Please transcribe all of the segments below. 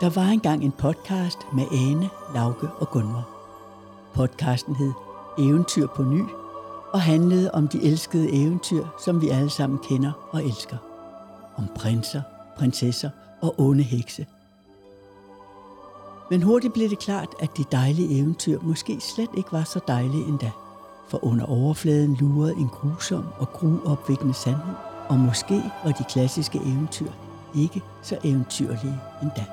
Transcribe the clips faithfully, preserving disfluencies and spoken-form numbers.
Der var engang en podcast med Ane, Lauke og Gunvor. Podcasten hed Eventyr på ny og handlede om de elskede eventyr, som vi alle sammen kender og elsker. Om prinser, prinsesser og onde hekse. Men hurtigt blev det klart, at de dejlige eventyr måske slet ikke var så dejlige endda. For under overfladen lurede en grusom og gruopvækkende sandhed, og måske var de klassiske eventyr ikke så eventyrlige endda.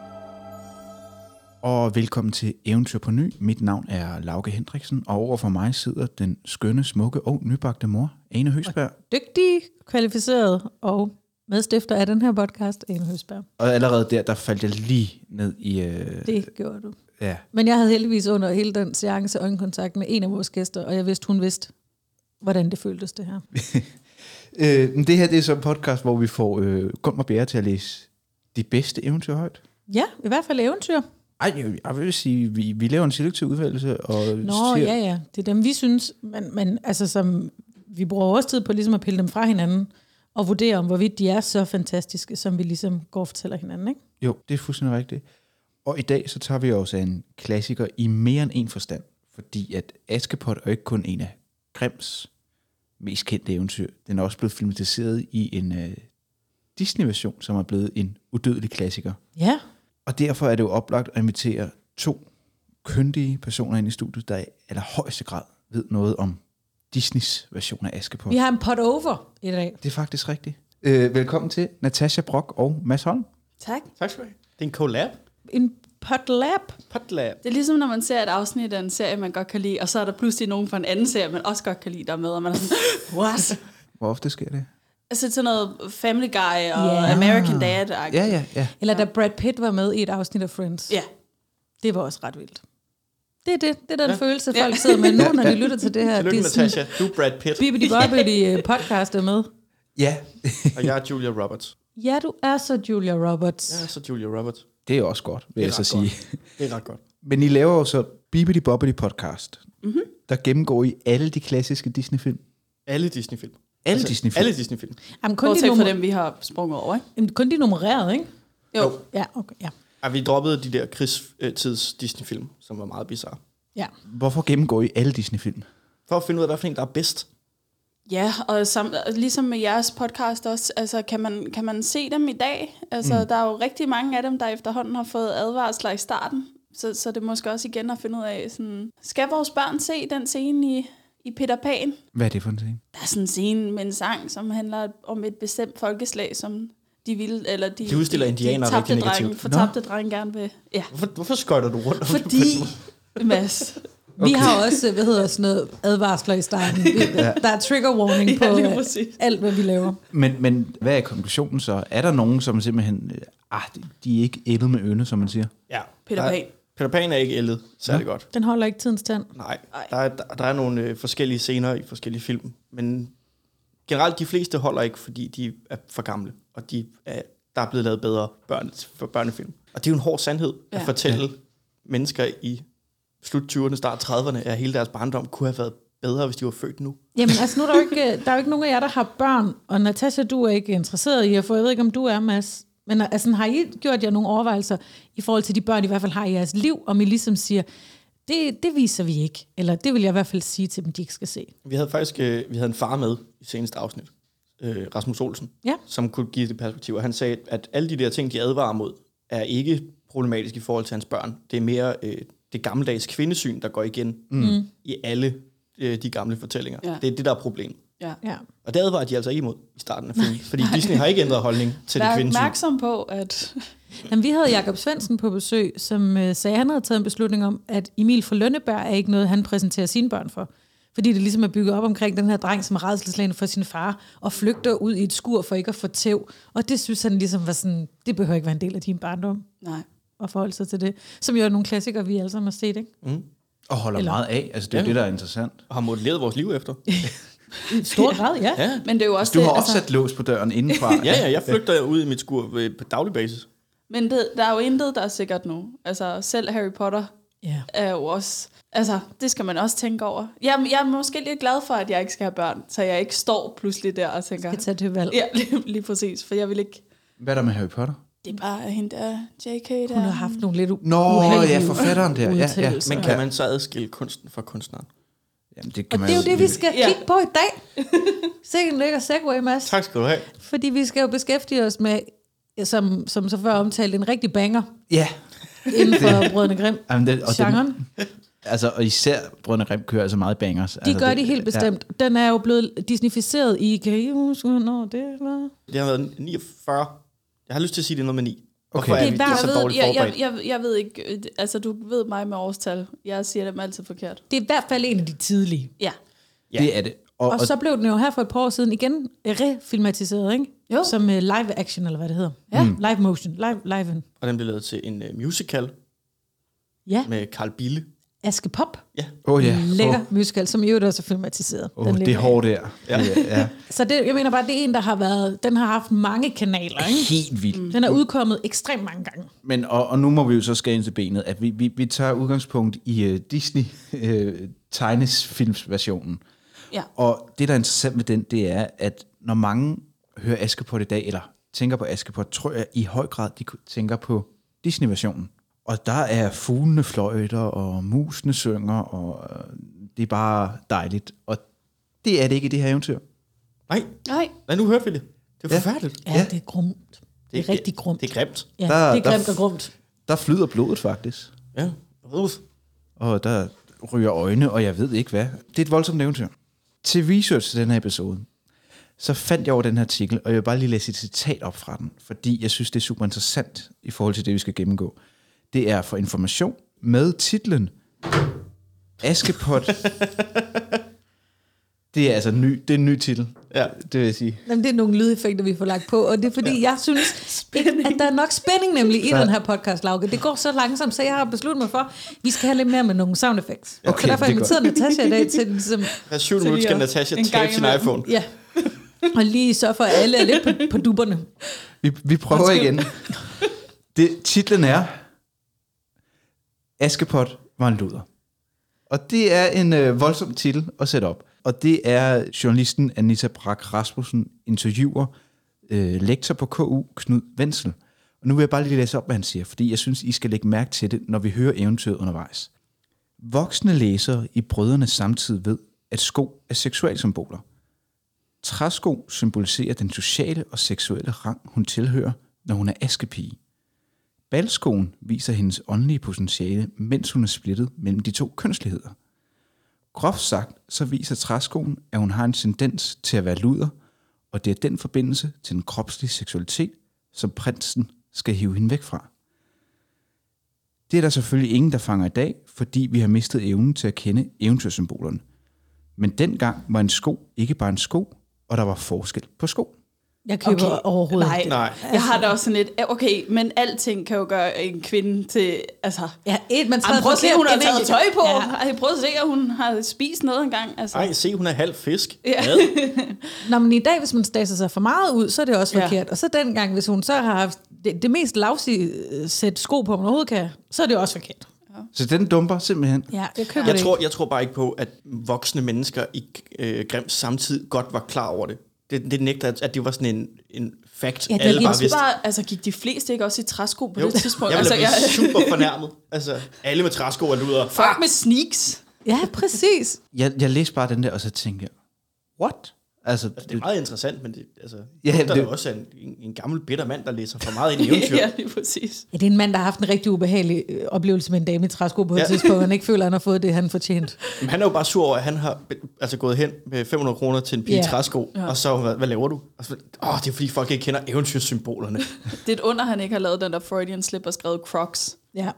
Og velkommen til Eventyr på ny. Mit navn er Lauke Hendriksen, og overfor mig sidder den skønne, smukke og nybagte mor, Ane Høsberg. Dygtig, kvalificeret og medstifter af den her podcast, Ane Høsberg. Og allerede der, der faldt jeg lige ned i... Øh... Det gjorde du. Ja. Men jeg havde heldigvis under hele den seance øjenkontakt med en af vores gæster, og jeg vidste, hun vidste, hvordan det føltes, det her. øh, det her det er så en podcast, hvor vi får øh, Gunvor Bjerre til at læse de bedste eventyr højt. Ja, i hvert fald eventyr. Ej, jeg, jeg vil sige, vi, vi laver en selektiv udvalgelse. Og Nå, ser... ja, ja. Det er dem, vi synes, men, men altså, som, vi bruger også tid på ligesom at pille dem fra hinanden, og vurdere om, hvorvidt de er så fantastiske, som vi ligesom går og fortæller hinanden, ikke? Jo, det er fuldstændig rigtigt. Og i dag så tager vi også en klassiker i mere end en forstand, fordi at Askepot er ikke kun en af Grimms mest kendte eventyr. Den er også blevet filmatiseret i en uh, Disney-version, som er blevet en udødelig klassiker. Ja. Og derfor er det jo oplagt at invitere to kyndige personer ind i studiet, der i allerhøjeste grad ved noget om Disneys version af Askepot. Vi har en pot over i dag. Det er faktisk rigtigt. Øh, velkommen til Natasha Brock og Mads Holm. Tak. Tak skal du have. Det er en collab. En potlab. Potlab. Det er ligesom, når man ser et afsnit af en serie, man godt kan lide, og så er der pludselig nogen fra en anden serie, man også godt kan lide, der med, og man er sådan, what? Hvor ofte sker det? Altså sådan noget Family Guy og Yeah. American Dad. Ja, ja, ja. Eller da Brad Pitt var med i et afsnit af Friends. Ja. Det var også ret vildt. Det er det. Det er den Ja. følelse, folk sidder med nu, når de lytter til det her. Tillykke, Det er sådan, Natasha. Du er Brad Pitt, Bibbidi Bobbidi podcast er med. Ja, og jeg er Julia Roberts. Ja, du er så Julia Roberts. Jeg er så Julia Roberts. det er også godt, vil jeg så sige. Det er ret godt. Men I laver jo så Bibbidi Bobbidi podcast, Mm-hmm. der gennemgår I alle de klassiske Disney-film. Alle Disney-film. Alle Altså, Disney-film? Alle Disney-film. Jamen, kun, de Bortset fra nummer... dem, vi har sprunget over, ikke? Jamen, kun de nummererede, ikke? Jo. Jo. Ja, okay, ja. Og vi droppede de der krigstids Disney-film, som var meget bizarre. ja. Hvorfor gennemgår I alle Disney-film? For at finde ud af, hvad for en, der er bedst. Ja, og sam, ligesom med jeres podcast også, altså kan man, kan man se dem i dag? Altså, mm. der er jo rigtig mange af dem, der efterhånden har fået advarsler i starten. Så, så det er måske også igen at finde ud af, sådan, skal vores børn se den scene i, i Peter Pan? Hvad er det for en ting? Der er sådan en scene med en sang, som handler om et bestemt folkeslag, som de ville, eller de, De udstiller indianere de rigtig tabte drenge, negativt. fortabte drenge gerne vil. Ja, Hvorfor, hvorfor skøjter du rundt? fordi, Mads, Vi har også, hvad hedder sådan noget, advarsler i starten. Ja. Der er trigger warning Ja, på lige øh, præcis. alt, hvad vi laver. Men, men hvad er konklusionen så? Er der nogen, som simpelthen... øh, Ah, de, de er ikke ældet med ynde, som man siger? Ja. Peter Der er- Pan. Peter Pan er ikke ældet særlig godt. Den holder ikke tidens tand. Nej, Ej. der er, der, der er nogle øh, forskellige scener i forskellige film, men generelt de fleste holder ikke, fordi de er for gamle, og de er, der er blevet lavet bedre børn, for børnefilm. Og det er jo en hård sandhed Ja. at fortælle ja. mennesker i slut tyverne, start trediverne, at hele deres barndom kunne have været bedre, hvis de var født nu. Jamen, altså nu er der jo ikke, der er jo ikke nogen af jer, der har børn, og Natasha, du er ikke interesseret i at få, jeg ved ikke, om du er, Mads. Men altså, har I gjort jer nogle overvejelser i forhold til de børn, I hvert fald har i jeres liv, om I ligesom siger, det, det viser vi ikke, eller det vil jeg i hvert fald sige til dem, de ikke skal se. Vi havde faktisk øh, vi havde en far med i seneste afsnit, øh, Rasmus Olsen, Ja. som kunne give det perspektiv, og han sagde, at alle de der ting, de advarer mod, er ikke problematisk i forhold til hans børn. Det er mere øh, det gammeldags kvindesyn, der går igen Mm. i alle øh, de gamle fortællinger. Ja. Det er det, der er problemet. Ja. Ja. Og det advarer de altså ikke imod i starten af filmen, fordi Disney har ikke ændret holdning til det Vær kvindesyn. opmærksom på, at Jamen, vi havde Jakob Svendsen på besøg, som øh, sagde, at han havde taget en beslutning om, at Emil fra Lønneberg er ikke noget, han præsenterer sine børn for. Fordi det ligesom er bygget op omkring den her dreng, som er rædselsslagen for sin far, og flygter ud i et skur for ikke at få tæv. Og det synes han ligesom var sådan, det behøver ikke være en del af din barndom, nej. at forholde sig til det. Som jo er nogle klassikere, vi alle sammen har set, ikke? Mm. Og holder Eller- meget af. Altså, det er ja. Ja. det, der er interessant. Og har modelleret vores liv efter. I stor grad, ja. Ja, Men det er jo også Du det, har også sat lås på døren indenfra. ja, ja jeg flygter ud i mit skur ved- på daglig basis. Men det, der er jo intet, der er sikkert nu. Altså, selv Harry Potter Ja. er jo også... Altså, det skal man også tænke over. Jeg, jeg er måske lidt glad for, at jeg ikke skal have børn, så jeg ikke står pludselig der og tænker... Skal tage til valg. Ja, lige, lige præcis, for jeg vil ikke... Hvad er der med Harry Potter? Det er bare hende der, J K der. Hun har haft nogle lidt u- Nå, uheldige ja, forfatteren der. Ja, ja. udtalelser. Men kan man så adskille kunsten fra kunstneren? Jamen, det kan Og man det er jo det, vi skal Ja. kigge på i dag. Sikke en lækker segway, Mads. Tak skal du have. Fordi vi skal jo beskæftige os med, som, som så før omtalt, en rigtig banger Ja. inden for Brødrene Grimm. Jamen, det, og, Genren. den, altså, og især Brødrene Grimm kører altså meget bangers. De altså, gør det, de helt bestemt. Ja. Den er jo blevet disneyficeret i, kan I huske, hvornår det var? Det har været niogfyrre. Jeg har lyst til at sige, det er noget med ni. Okay. Hvorfor Det er er vi hver- så Jeg ved, dårligt jeg, jeg, forberedt? jeg, jeg ved ikke, øh, altså du ved mig med årstal. Jeg siger dem altid forkert. Det er i hvert fald en af de tidlige. Ja. Ja. Det er det. Og, Og så blev den jo her for et par år siden igen refilmatiseret, ikke? Jo. Som uh, live action, eller hvad det hedder. Ja. Mm. Live motion. Live, live. Og den blev lavet til en uh, musical Ja, med Carl Bille. Aske Pop. Ja. oh, ja. Lækker Åh, musical, som i øvrigt også er filmatiseret. oh, Den det ligger- er hårdt der. Ja. Ja. Ja. Så det, jeg mener bare, det er en, der har været, den har haft mange kanaler, ikke? Helt vildt. Den er udkommet ekstremt mange gange. Men, og, og nu må vi jo så skære ind til benet, at vi, vi, vi tager udgangspunkt i uh, Disney uh, tegnesfilmsversionen. Ja. Og det, der er interessant med den, det er, at når mange hører Askepot i dag, eller tænker på Askepot, tror jeg i høj grad, de tænker på Disney-versionen. Og der er fuglene fløjter, og musene synger, og øh, det er bare dejligt. Og det er det ikke i det her eventyr. Nej, Nej. nej, nu hørte vi det. Det er Ja. forfærdeligt. Ja, Ja. det er grumt. Det er rigtig grumt. Det er grimt. Ja, Der- det er der- grimt og grumt. Der flyder blodet faktisk. Ja. Uh. Og der ryger øjne, og jeg ved ikke hvad. Det er et voldsomt eventyr. Til research til den her episode, så fandt jeg over den her artikel, og jeg vil bare lige læse et citat op fra den, fordi jeg synes, det er super interessant i forhold til det, vi skal gennemgå. Det er for information med titlen Askepot. Det er altså en ny, det er en ny titel, Ja. det vil jeg sige. Jamen, det er nogle lydeffekter, vi får lagt på, og det er fordi, ja. jeg synes, ikke, at der er nok spænding nemlig i Så- den her podcast, Lauke. Det går så langsomt, så jeg har besluttet mig for, at vi skal have lidt mere med nogle sound effects. Okay, så derfor har jeg det er inviteret Natasha i dag til ligesom, Hver syv Så minutter lige skal at- Natasha en tabe gang sin imellem. iPhone. ja, og lige sørge for, at alle er lidt på, på dupperne. Vi, vi prøver Undskyld. igen. Det, titlen er Askepot var en luder. Og det er en øh, voldsom titel at sætte op. Og det er journalisten Anita Brak Rasmussen interviewer øh, lektor på K U, Knud Wenzel. Og nu vil jeg bare lige læse op, hvad han siger, fordi jeg synes, I skal lægge mærke til det, når vi hører eventyret undervejs. Voksne læsere i Brødrenes Samtid ved, at sko er seksualsymboler. Træsko symboliserer den sociale og seksuelle rang, hun tilhører, når hun er askepige. Balskoen viser hendes åndelige potentiale, mens hun er splittet mellem de to kønsligheder. Groft sagt, så viser træskoen, at hun har en tendens til at være luder, og det er den forbindelse til den kropslige seksualitet, som prinsen skal hive hende væk fra. Det er der selvfølgelig ingen, der fanger i dag, fordi vi har mistet evnen til at kende eventyrsymbolerne. Men dengang var en sko ikke bare en sko, og der var forskel på sko. Jeg køber okay. overhovedet Nej. ikke. Nej. Jeg har da også sådan et, okay, men alting kan jo gøre en kvinde til, altså... Ja, et, man Ej, prøv at se, hun har taget tøj på. Ja. Ej, prøv at se, at hun har spist noget engang. Altså. Ej, se, hun er halv fisk. Ja. Hvad? Nå, men i dag, hvis man staser sig for meget ud, så er det også Ja. forkert. Og så dengang, hvis hun så har haft det, det mest lavsige sæt sko på, man overhovedet kan, så er det også forkert. Så den dumper simpelthen. Ja, jeg køber Jeg det tror, ikke. jeg tror bare ikke på, at voksne mennesker i øh, Grimms samtid godt var klar over det. Det, det nægter, at det var sådan en, en fact, Ja, det alle er bare Også vidste. bare, altså gik de fleste ikke også i træsko på Jo. det tidspunkt? Jeg Altså, ville jeg, blive super fornærmet. Altså, alle med træsko er luder. fuck med sneaks. Ja, præcis. Jeg, jeg læste bare den der, og så tænkte jeg, what? Altså, Altså, det er meget interessant, men det, altså, Ja, ja, der det- er også en, en, en gammel bitter mand, der læser for meget ind i eventyr. Ja, det er præcis. Ja, det er en mand, der har haft en rigtig ubehagelig øh, oplevelse med en dame i træsko på et Ja. tidspunkt, han ikke føler, at han har fået det, han fortjent. Men han er jo bare sur over, at han har altså, gået hen med fem hundrede kroner til en pige Ja. yeah. træsko, Ja. og så, hvad, hvad laver du? Og så, åh, det er fordi folk ikke kender eventyrsymbolerne. Det er et under, han ikke har lavet den der Freudian slip og skrevet Crocs. Ja.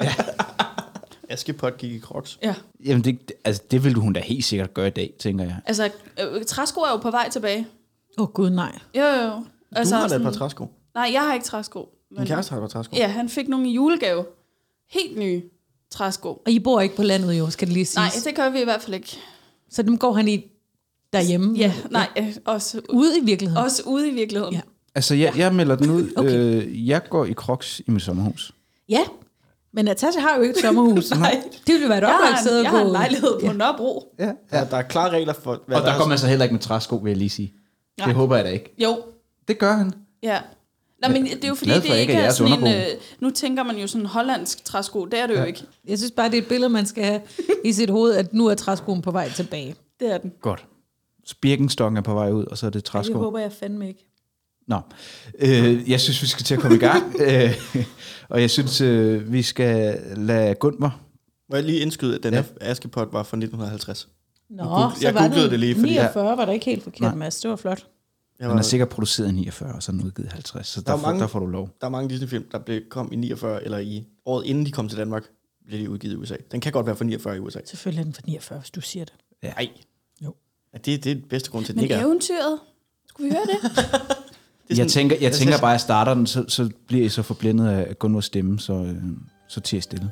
Askepot gik i Crocs. Ja, jamen det, altså, det ville hun da helt sikkert gøre i dag, tænker jeg. altså øh, træsko er jo på vej tilbage. Åh oh, gud, nej. Jo, jo, jo. Du Altså, har da et sådan- par træsko. Nej, jeg har ikke træsko. Din kæreste har et par træsko. Ja, han fik nogle i julegave. Helt nye træsko. Og I bor ikke på landet jo, skal det lige siges. Nej, det gør vi i hvert fald ikke. Så dem går han i derhjemme? Ja, nej, øh, også, Ude i virkeligheden? også ude i virkeligheden. Ja. Altså, jeg, jeg melder den ud. Okay. Øh, jeg går i Crocs i mit sommerhus. Ja, men Natasha har jo ikke et sommerhus. Nej. Det ville jo være et Jeg oplagt har, sted en, at jeg gå. har en lejlighed på Nørrebro. Ja, Ja, der er klare regler for, hvad Og der er. går man så heller ikke med træsko, vil jeg lige sige. Nej. Det håber jeg da ikke. Jo, Det gør han. ja. Nej, men det er jo fordi, Glad for, det ikke ikke er er jeres sådan en... underbo. Øh, nu tænker man jo sådan hollandsk træsko, det er det ja. jo ikke. Jeg synes bare, det er et billede, man skal have i sit hoved, at nu er træskoen på vej tilbage. Det er den. Godt. Birkenstokken er på vej ud, og så er det Det træsko. håber jeg fandme ikke. Nå, øh, jeg synes, vi skal til at komme i gang. øh, og jeg synes, øh, vi skal lade Gunvor. Må jeg lige indskyde, at den Ja. her Askepot var fra nitten halvtreds? Nå, goog- så jeg var googlede den det lige, fordi- niogfyrre var der ikke helt forkert, Nej. Mads. Det var flot. Jeg Den var, er sikkert produceret i niogfyrre, og så er den udgivet i halvtreds, så der, er får, mange- der får du lov. der er mange Disney-film, der blev, kom i niogfyrre, eller i året inden de kom til Danmark, blev de udgivet i U S A. Den kan godt være fra niogfyrre i U S A. Selvfølgelig er den for niogfyrre, hvis du siger det. Nej. Jo. Ja, det, det er den bedste grund til, at den Men ikke er. eventyret, skulle vi høre det? Det er Jeg sådan- tænker, jeg Altså, tænker bare, at jeg starter den, så, så bliver jeg så forblændet af Gunvors stemme, så, øh, så tiger jeg stille.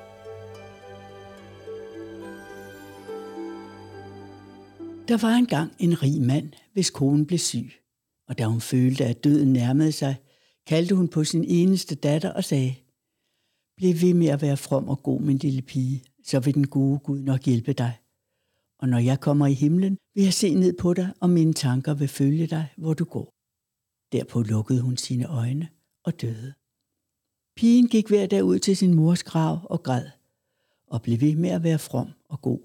Der var engang en rig mand, hvis kone blev syg, og da hun følte, at døden nærmede sig, kaldte hun på sin eneste datter og sagde, bliv ved med at være from og god, min lille pige, så vil den gode Gud nok hjælpe dig. Og når jeg kommer i himlen, vil jeg se ned på dig, og mine tanker vil følge dig, hvor du går. Derpå lukkede hun sine øjne og døde. Pigen gik hver dag ud til sin mors grav og græd, og blev ved med at være from og god.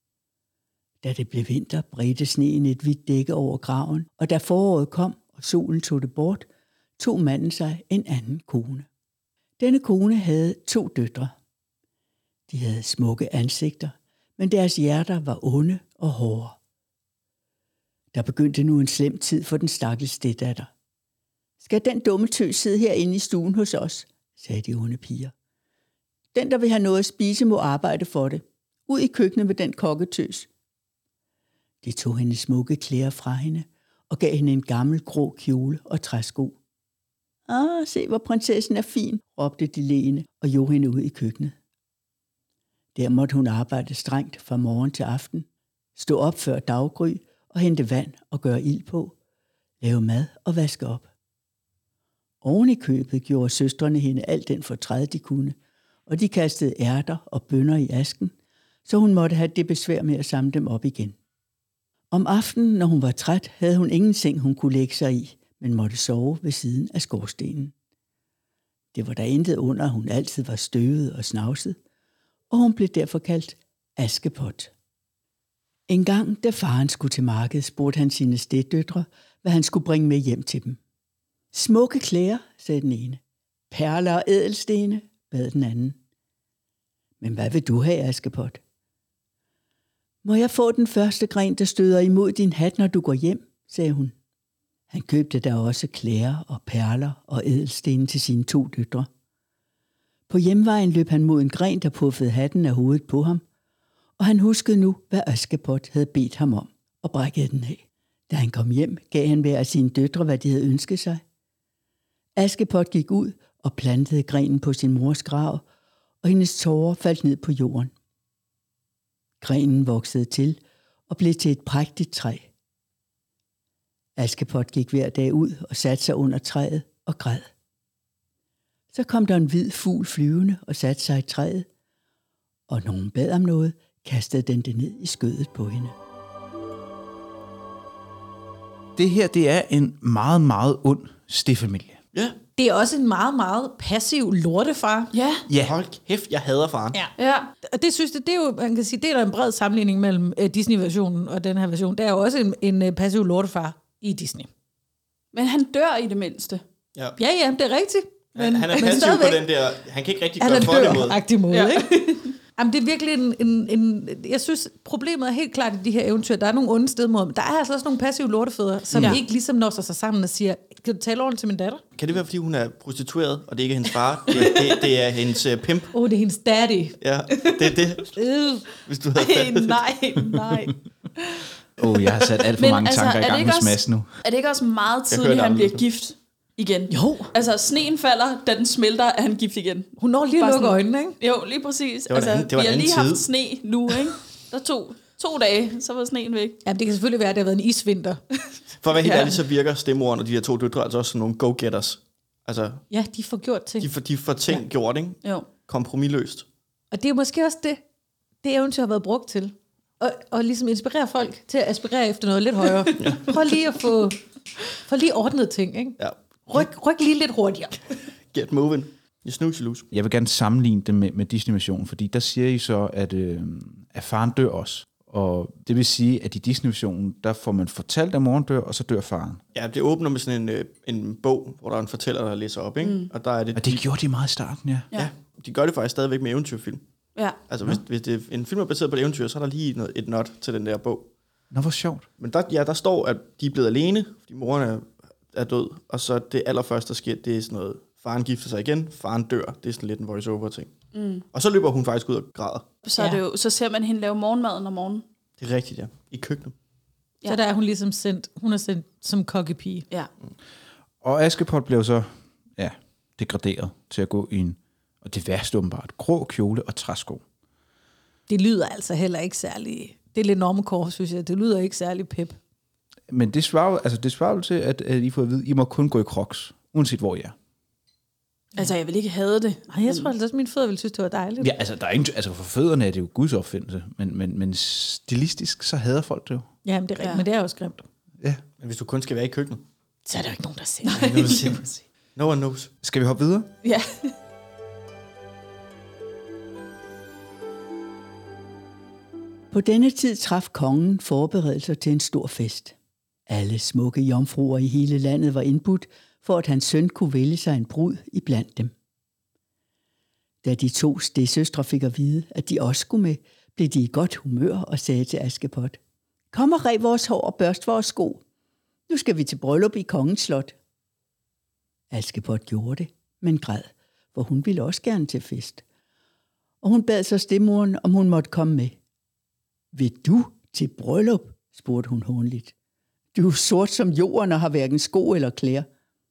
Da det blev vinter, bredte sneen et hvidt dække over graven, og da foråret kom, og solen tog det bort, tog manden sig en anden kone. Denne kone havde to døtre. De havde smukke ansigter, men deres hjerter var onde og hårde. Der begyndte nu en slem tid for den stakkels steddatter. Skal den dumme tøs sidde herinde i stuen hos os, sagde de onde piger. Den, der vil have noget at spise, må arbejde for det. Ud i køkkenet med den kokketøs. De tog hendes smukke klæder fra hende og gav hende en gammel grå kjole og træsko. Ah, se hvor prinsessen er fin, råbte de leende og jog hende ud i køkkenet. Der måtte hun arbejde strengt fra morgen til aften, stå op før daggry og hente vand og gøre ild på, lave mad og vaske op. Oven i købet gjorde søstrene hende alt den fortræd, de kunne, og de kastede ærter og bønner i asken, så hun måtte have det besvær med at samle dem op igen. Om aftenen, når hun var træt, havde hun ingen seng, hun kunne lægge sig i, men måtte sove ved siden af skorstenen. Det var der intet under, at hun altid var støvet og snavset, og hun blev derfor kaldt Askepot. En gang, da faren skulle til markedet, spurgte han sine steddøtre, hvad han skulle bringe med hjem til dem. Smukke klæder, sagde den ene. Perler og ædelstene, bad den anden. Men hvad vil du have, Askepot? Må jeg få den første gren, der støder imod din hat, når du går hjem, sagde hun. Han købte der også klæder og perler og ædelstene til sine to døtre. På hjemvejen løb han mod en gren, der puffede hatten af hovedet på ham, og han huskede nu, hvad Askepot havde bedt ham om, og brækkede den af. Da han kom hjem, gav han hver af sine døtre, hvad de havde ønsket sig. Askepot gik ud og plantede grenen på sin mors grav, og hendes tårer faldt ned på jorden. Grenen voksede til og blev til et prægtigt træ. Askepot gik hver dag ud og satte sig under træet og græd. Så kom der en hvid fugl flyvende og satte sig i træet, og når hun bad om noget, kastede den det ned i skødet på hende. Det her, det er en meget, meget ond stefamilie. Ja. Det er også en meget, meget passiv lortefar. Ja. Ja, Hold kæft, jeg hader faren. Ja. Ja. Og det synes jeg, det er jo, man kan sige, det er der en bred sammenligning mellem uh, Disney-versionen og den her version. Der er jo også en, en uh, passiv lortefar i Disney. Men han dør i det mindste. Ja. Ja, ja, det er rigtigt. Men, han er men passiv på stadigvæk, den der, han kan ikke rigtig han gøre er for det mod. dør-agtig måde, Ja. ja. Ikke? Jamen, det er virkelig en, en, en... Jeg synes, problemet er helt klart i de her eventyr. Der er nogle onde stedmod, men der er altså også nogle passive lortefædre, som Ja. ja. ikke ligesom når sig sammen og siger, kan du tale ordentligt til min datter? Kan det være, fordi hun er prostitueret, og det ikke er hendes far? Det, det, det er hendes uh, pimp. Åh, oh, det er hendes daddy. Ja, det er det, Øh. hvis du havde Ej, fattet det. nej, nej. Åh, oh, jeg har sat alt for Men mange altså, tanker er i det gang ikke med også- smash nu. Er det ikke også meget Jeg tidligt, hørte han bliver aldrig. gift igen? Jo. Altså, sneen falder, da den smelter, er han gift igen. Hun når lige at Bare lukke sådan- øjnene, ikke? Jo, lige præcis. Det var en altså, anden- det var vi en har anden lige haft tid. sne nu, ikke? Der tog to dage, så var sneen væk. Jamen, det kan selvfølgelig være, at det har været en isvinter. For at være helt Ja. ærlig, så virker stemmoren og de her to døtre altså også som nogle go-getters. Altså, Ja, de får gjort ting. de får, de får ting ja. gjort, ikke? Jo. Kompromisløst. Og det er måske også det, det eventyr har været brugt til. Og, og ligesom inspirere folk til at aspirere efter noget lidt højere. ja. Prøv lige at få, få lige ordnet ting, ikke? Ja. Ryk, ryk lige lidt hurtigere. Get moving. You snooze, you lose. Jeg vil gerne sammenligne det med, med Disney-versionen, fordi der siger I så, at, øh, at faren dør også. Og det vil sige, at i Disney-versionen, der får man fortalt, at moren dør, og så dør faren. Ja, det åbner med sådan en, øh, en bog, hvor der er en fortæller, der læser op, ikke? Mm. Og der er det... Og det gjorde de meget i starten, ja. Ja, de gør det faktisk stadigvæk med eventyrfilm. Ja. Altså, hvis, hvis det, en film er baseret på et eventyr, så er der lige noget, et not til den der bog. Nå, hvor sjovt. Men der, ja, der står, at de er blevet alene, fordi moren er, er død. Og så det allerførste, der sker, det er sådan noget... Faren gifter sig igen, faren dør. Det er sådan lidt en voice-over-ting. Mm. Og så løber hun faktisk ud og græder. Så, er det jo, så ser man hende lave morgenmaden om morgenen. Det er rigtigt, ja. I køkkenet. Ja. Så der er hun ligesom sendt, hun er sendt som kokkepige. Ja. Mm. Og Askepot blev så ja, degraderet til at gå i en, og det værste åbenbart, grå kjole og træsko. Det lyder altså heller ikke særlig, det er lidt normekår, synes jeg, det lyder ikke særlig pep. Men det svarer, altså det svarer til, at, at I får at vide, I må kun gå i crocs, uanset hvor I er. Altså, jeg vil ikke have det. Nej, jeg tror altså også, mine fødder ville synes, det var dejligt. Ja, altså, der er ingen, altså for fødderne er det jo Guds opfindelse, men, men, men stilistisk, så hader folk det jo. Jamen, det er rigtigt, Ja. men det er også grimt. Ja. Men hvis du kun skal være i køkkenet. Så er der jo ikke nogen, der ser Nej, no, siger. No one knows. Skal vi hoppe videre? Ja. På denne tid traf kongen forberedelser til en stor fest. Alle smukke jomfruer i hele landet var indbudt, for at hans søn kunne vælge sig en brud iblandt dem. Da de to stedsøstre fik at vide, at de også skulle med, blev de i godt humør og sagde til Askepot: "Kom og rev vores hår og børst vores sko. Nu skal vi til bryllup i kongens slot." Askepot gjorde det, men græd, for hun ville også gerne til fest. Og hun bad så stedmoren, om hun måtte komme med. "Vil du til bryllup?" spurgte hun hånligt. "Du er sort som jorden og har hverken sko eller klæder."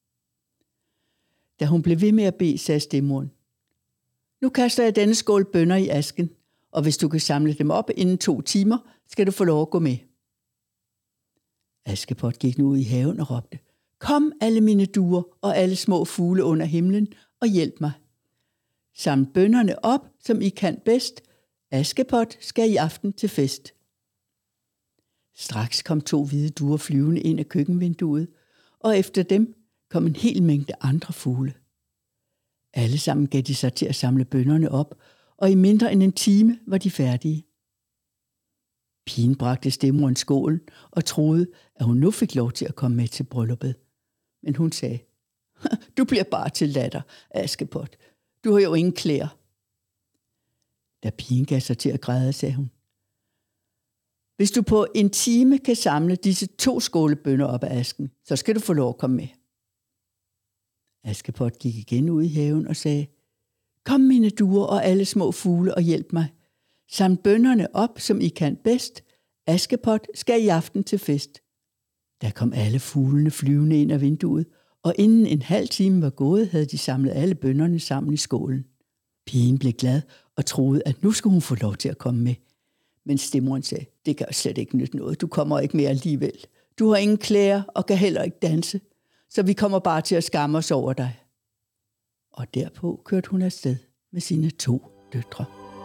Da hun blev ved med at bede, sagde stedmoren: "Nu kaster jeg denne skål bønner i asken, og hvis du kan samle dem op inden to timer, skal du få lov at gå med." Askepot gik nu ud i haven og råbte: "Kom alle mine duer og alle små fugle under himlen og hjælp mig. Saml bønnerne op, som I kan bedst. Askepot skal i aften til fest." Straks kom to hvide duer flyvende ind af køkkenvinduet, og efter dem kom en hel mængde andre fugle. Alle sammen gav de sig til at samle bønnerne op, og i mindre end en time var de færdige. Pigen bragte stedmoren skålen og troede, at hun nu fik lov til at komme med til brylluppet. Men hun sagde: "Du bliver bare til latter, Askepot. Du har jo ingen klæder." Da pigen gav sig til at græde, sagde hun: "Hvis du på en time kan samle disse to skålebønner op af asken, så skal du få lov at komme med." Askepot gik igen ud i haven og sagde: "Kom mine duer og alle små fugle og hjælp mig. Saml bønnerne op, som I kan bedst. Askepot skal i aften til fest." Der kom alle fuglene flyvende ind af vinduet, og inden en halv time var gået, havde de samlet alle bønnerne sammen i skålen. Pigen blev glad og troede, at nu skulle hun få lov til at komme med. Men stedmoren sagde: "Det kan slet ikke nytte noget. Du kommer ikke med alligevel. Du har ingen klæder og kan heller ikke danse, så vi kommer bare til at skamme os over dig." Og derpå kørte hun afsted med sine to døtre.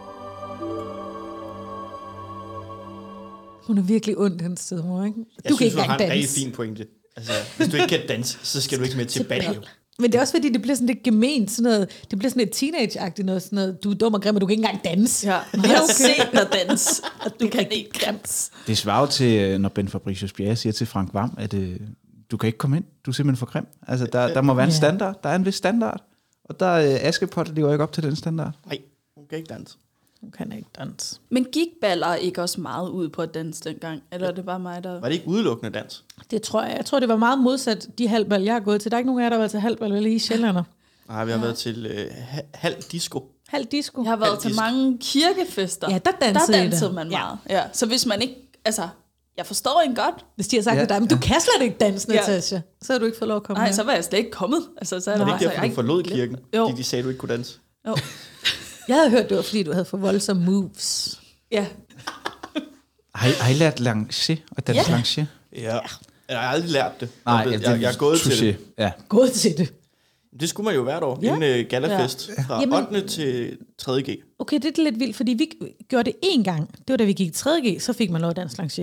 Hun er virkelig ond, den stedmor, ikke? Du Jeg kan synes, ikke hun har engang en rigtig danse. fin pointe. Altså, hvis du ikke kan danse, så skal du ikke med til bal. Men det er også fordi, det bliver sådan lidt gement, sådan noget, det bliver sådan lidt teenage-agtigt noget, sådan noget, du er dum og grim, og du kan ikke engang danse. Ja, vi har set dig dans, og du kan ikke grimt. Det svarer til, når Ben Fabricius Bjerre siger til Frank Hvam, at øh, du kan ikke komme ind, du er simpelthen for grim. Altså, der, der må være en Ja. standard, der er en vis standard. Og der er øh, Askepot lever ikke op til den standard. Nej, hun kan ikke danse. Hun kan ikke danse. Men gik baller ikke også meget ud på at danse dengang? Eller er det bare mig, der... Var det ikke udelukkende dans? Det tror jeg. Jeg tror, det var meget modsat de halvbal, jeg har gået til. Der er ikke nogen af jer, der har været til halvbal, vel i Sjællander. Nej, vi har været til øh, ha- halv disco. Halv disco. Jeg har været Halv til disco. mange kirkefester. Ja, der dansede der I dansede det. man Ja. meget. Ja. Så hvis man ikke... Altså, jeg forstår en godt. Hvis de har sagt Ja, til dig, men du kan slet ikke danse, Ja. Natasha. Så har du ikke fået lov at komme Nej, med. så var jeg slet ikke kommet. Altså, så er Var det bare- ikke så derfor, jeg du forlod kirken? Jo. Fordi de sagde, at du ikke kunne danse? Jo. Jeg havde hørt, det var fordi, du havde for voldsomme moves. Ja. Har I, har I lært lancé og danse Ja. lancé? Ja. Jeg har aldrig lært det. Nej, jeg, det- jeg, jeg er gået til touché. det. Ja. Gået til det. Det skulle man jo hvert år, Ja. ja. inden uh, galafest. Ja. Fra Jamen- ottende til tredje G. Okay, det er lidt vildt, fordi vi gjorde det én gang. Det var da vi gik i tredje G, så fik man lov at danse lancier.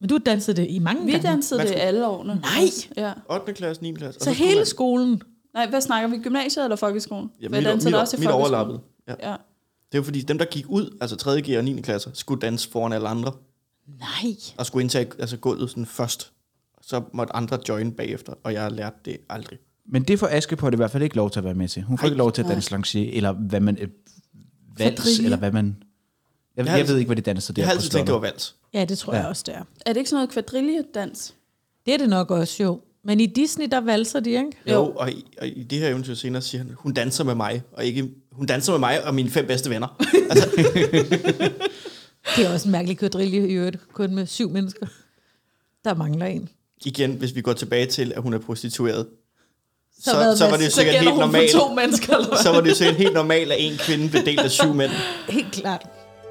Men du dansede det i mange Vi gange. dansede det alle årene. Nej! Ja. ottende klasse, niende klasse. Og Så, så skulle hele man- skolen? Nej, hvad snakker vi? Gymnasiet eller folkeskolen? Ja, For jeg mit, dansede mit, også i mit folkeskolen. overlappet. Ja. Ja. Det er jo fordi, dem, der gik ud, altså tredje G og niende klasse, skulle danse foran alle andre, Nej. og skulle indtage altså gulvet sådan først. Så måtte andre join bagefter, og jeg lærte det aldrig. Men det får Askepot i hvert fald ikke lov til at være med til. Hun får Ej, ikke lov til at danse lancier, eller hvad man... Øh, vals, Quadrille. eller hvad man... Jeg, Jeg har jeg ved ikke, hvad det danser der Jeg har på altid tænkt, det var slottet. vals. Ja, det tror Ja. jeg også, det er. Er det ikke sådan noget kvadrilledans? Det er det nok også, jo. Men i Disney, der valser de, ikke? Jo, og i, og i det her eventyr senere siger han, hun danser med mig, og ikke, hun danser med mig og mine fem bedste venner. Altså, Det er også en mærkelig kvadrille i øvrigt, kun med syv mennesker. Der mangler en. igen, hvis vi går tilbage til, at hun er prostitueret, så, Så hvad så, så var med- det jo Så sikkert gælder helt hun normalt. for to mennesker, eller hvad? Så var det jo sikkert helt normalt, at en kvinde blev delt af syv mænd. Helt klart.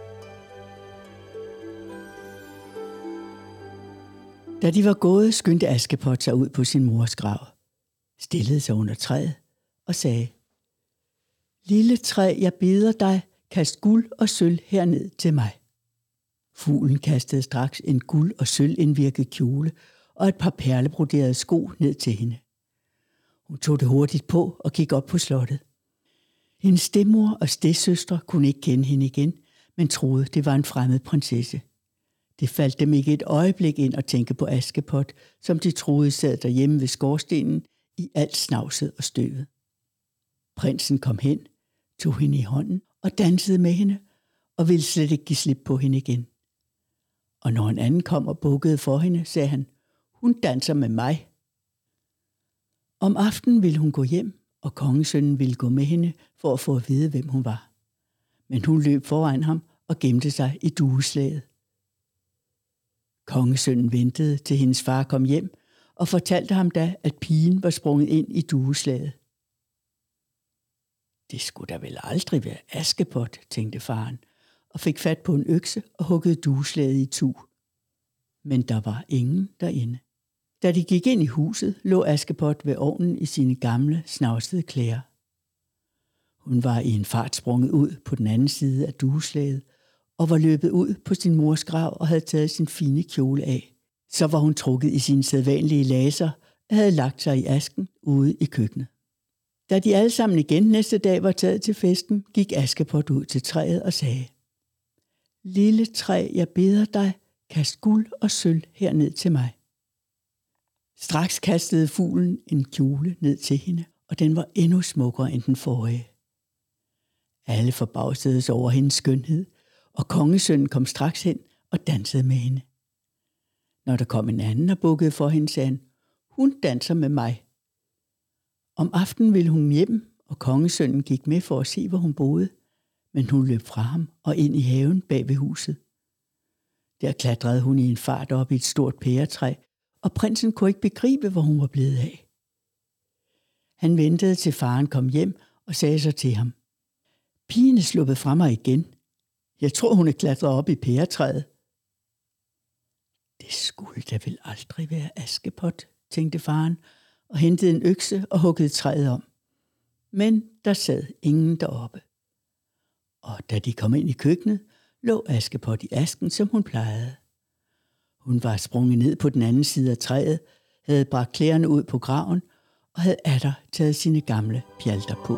Da de var gået, skyndte Askepot sig ud på sin mors grav, stillede sig under træet og sagde, Lille træ, jeg beder dig, kast guld og sølv herned til mig. Fuglen kastede straks en guld- og sølvindvirket kjole og et par perlebroderede sko ned til hende. Hun tog det hurtigt på og gik op på slottet. Hendes stemmor og stedsøstre kunne ikke kende hende igen, men troede, det var en fremmed prinsesse. Det faldt dem ikke et øjeblik ind at tænke på Askepot, som de troede sad derhjemme ved skorstenen i alt snavset og støvet. Prinsen kom hen, tog hende i hånden og dansede med hende, og ville slet ikke give slip på hende igen. Og når en anden kom og bukkede for hende, sagde han, hun danser med mig. Om aftenen ville hun gå hjem, og kongesønnen ville gå med hende for at få at vide, hvem hun var. Men hun løb foran ham og gemte sig i dueslaget. Kongesønnen ventede, til hendes far kom hjem, og fortalte ham da, at pigen var sprunget ind i dueslaget. Det skulle da vel aldrig være Askepot, tænkte faren, og fik fat på en økse og huggede dueslaget i tu. Men der var ingen derinde. Da de gik ind i huset, lå Askepot ved ovnen i sine gamle, snavsede klæder. Hun var i en fart sprunget ud på den anden side af dueslaget, og var løbet ud på sin mors grav og havde taget sin fine kjole af. Så var hun trukket i sine sædvanlige laser og havde lagt sig i asken ude i køkkenet. Da de alle sammen igen næste dag var taget til festen, gik Askepot ud til træet og sagde, Lille træ, jeg beder dig, kast guld og sølv herned til mig. Straks kastede fuglen en kjole ned til hende, og den var endnu smukkere end den forrige. Alle forbavsedes over hendes skønhed, og kongesønnen kom straks hen og dansede med hende. Når der kom en anden og bukkede for hende, sagde han, hun danser med mig. Om aftenen ville hun hjem, og kongesønnen gik med for at se, hvor hun boede, men hun løb fra ham og ind i haven bag ved huset. Der klatrede hun i en fart op i et stort pæretræ, og prinsen kunne ikke begribe, hvor hun var blevet af. Han ventede til faren kom hjem og sagde så til ham, pigen er sluppet fra mig igen. Jeg tror, hun er klatret op i pæretræet. Det skulle da vel aldrig være Askepot, tænkte faren, og hentede en økse og huggede træet om. Men der sad ingen deroppe. Og da de kom ind i køkkenet, lå Askepot i asken, som hun plejede. Hun var sprunget ned på den anden side af træet, havde bragt klæderne ud på graven og havde atter taget sine gamle pjalter på.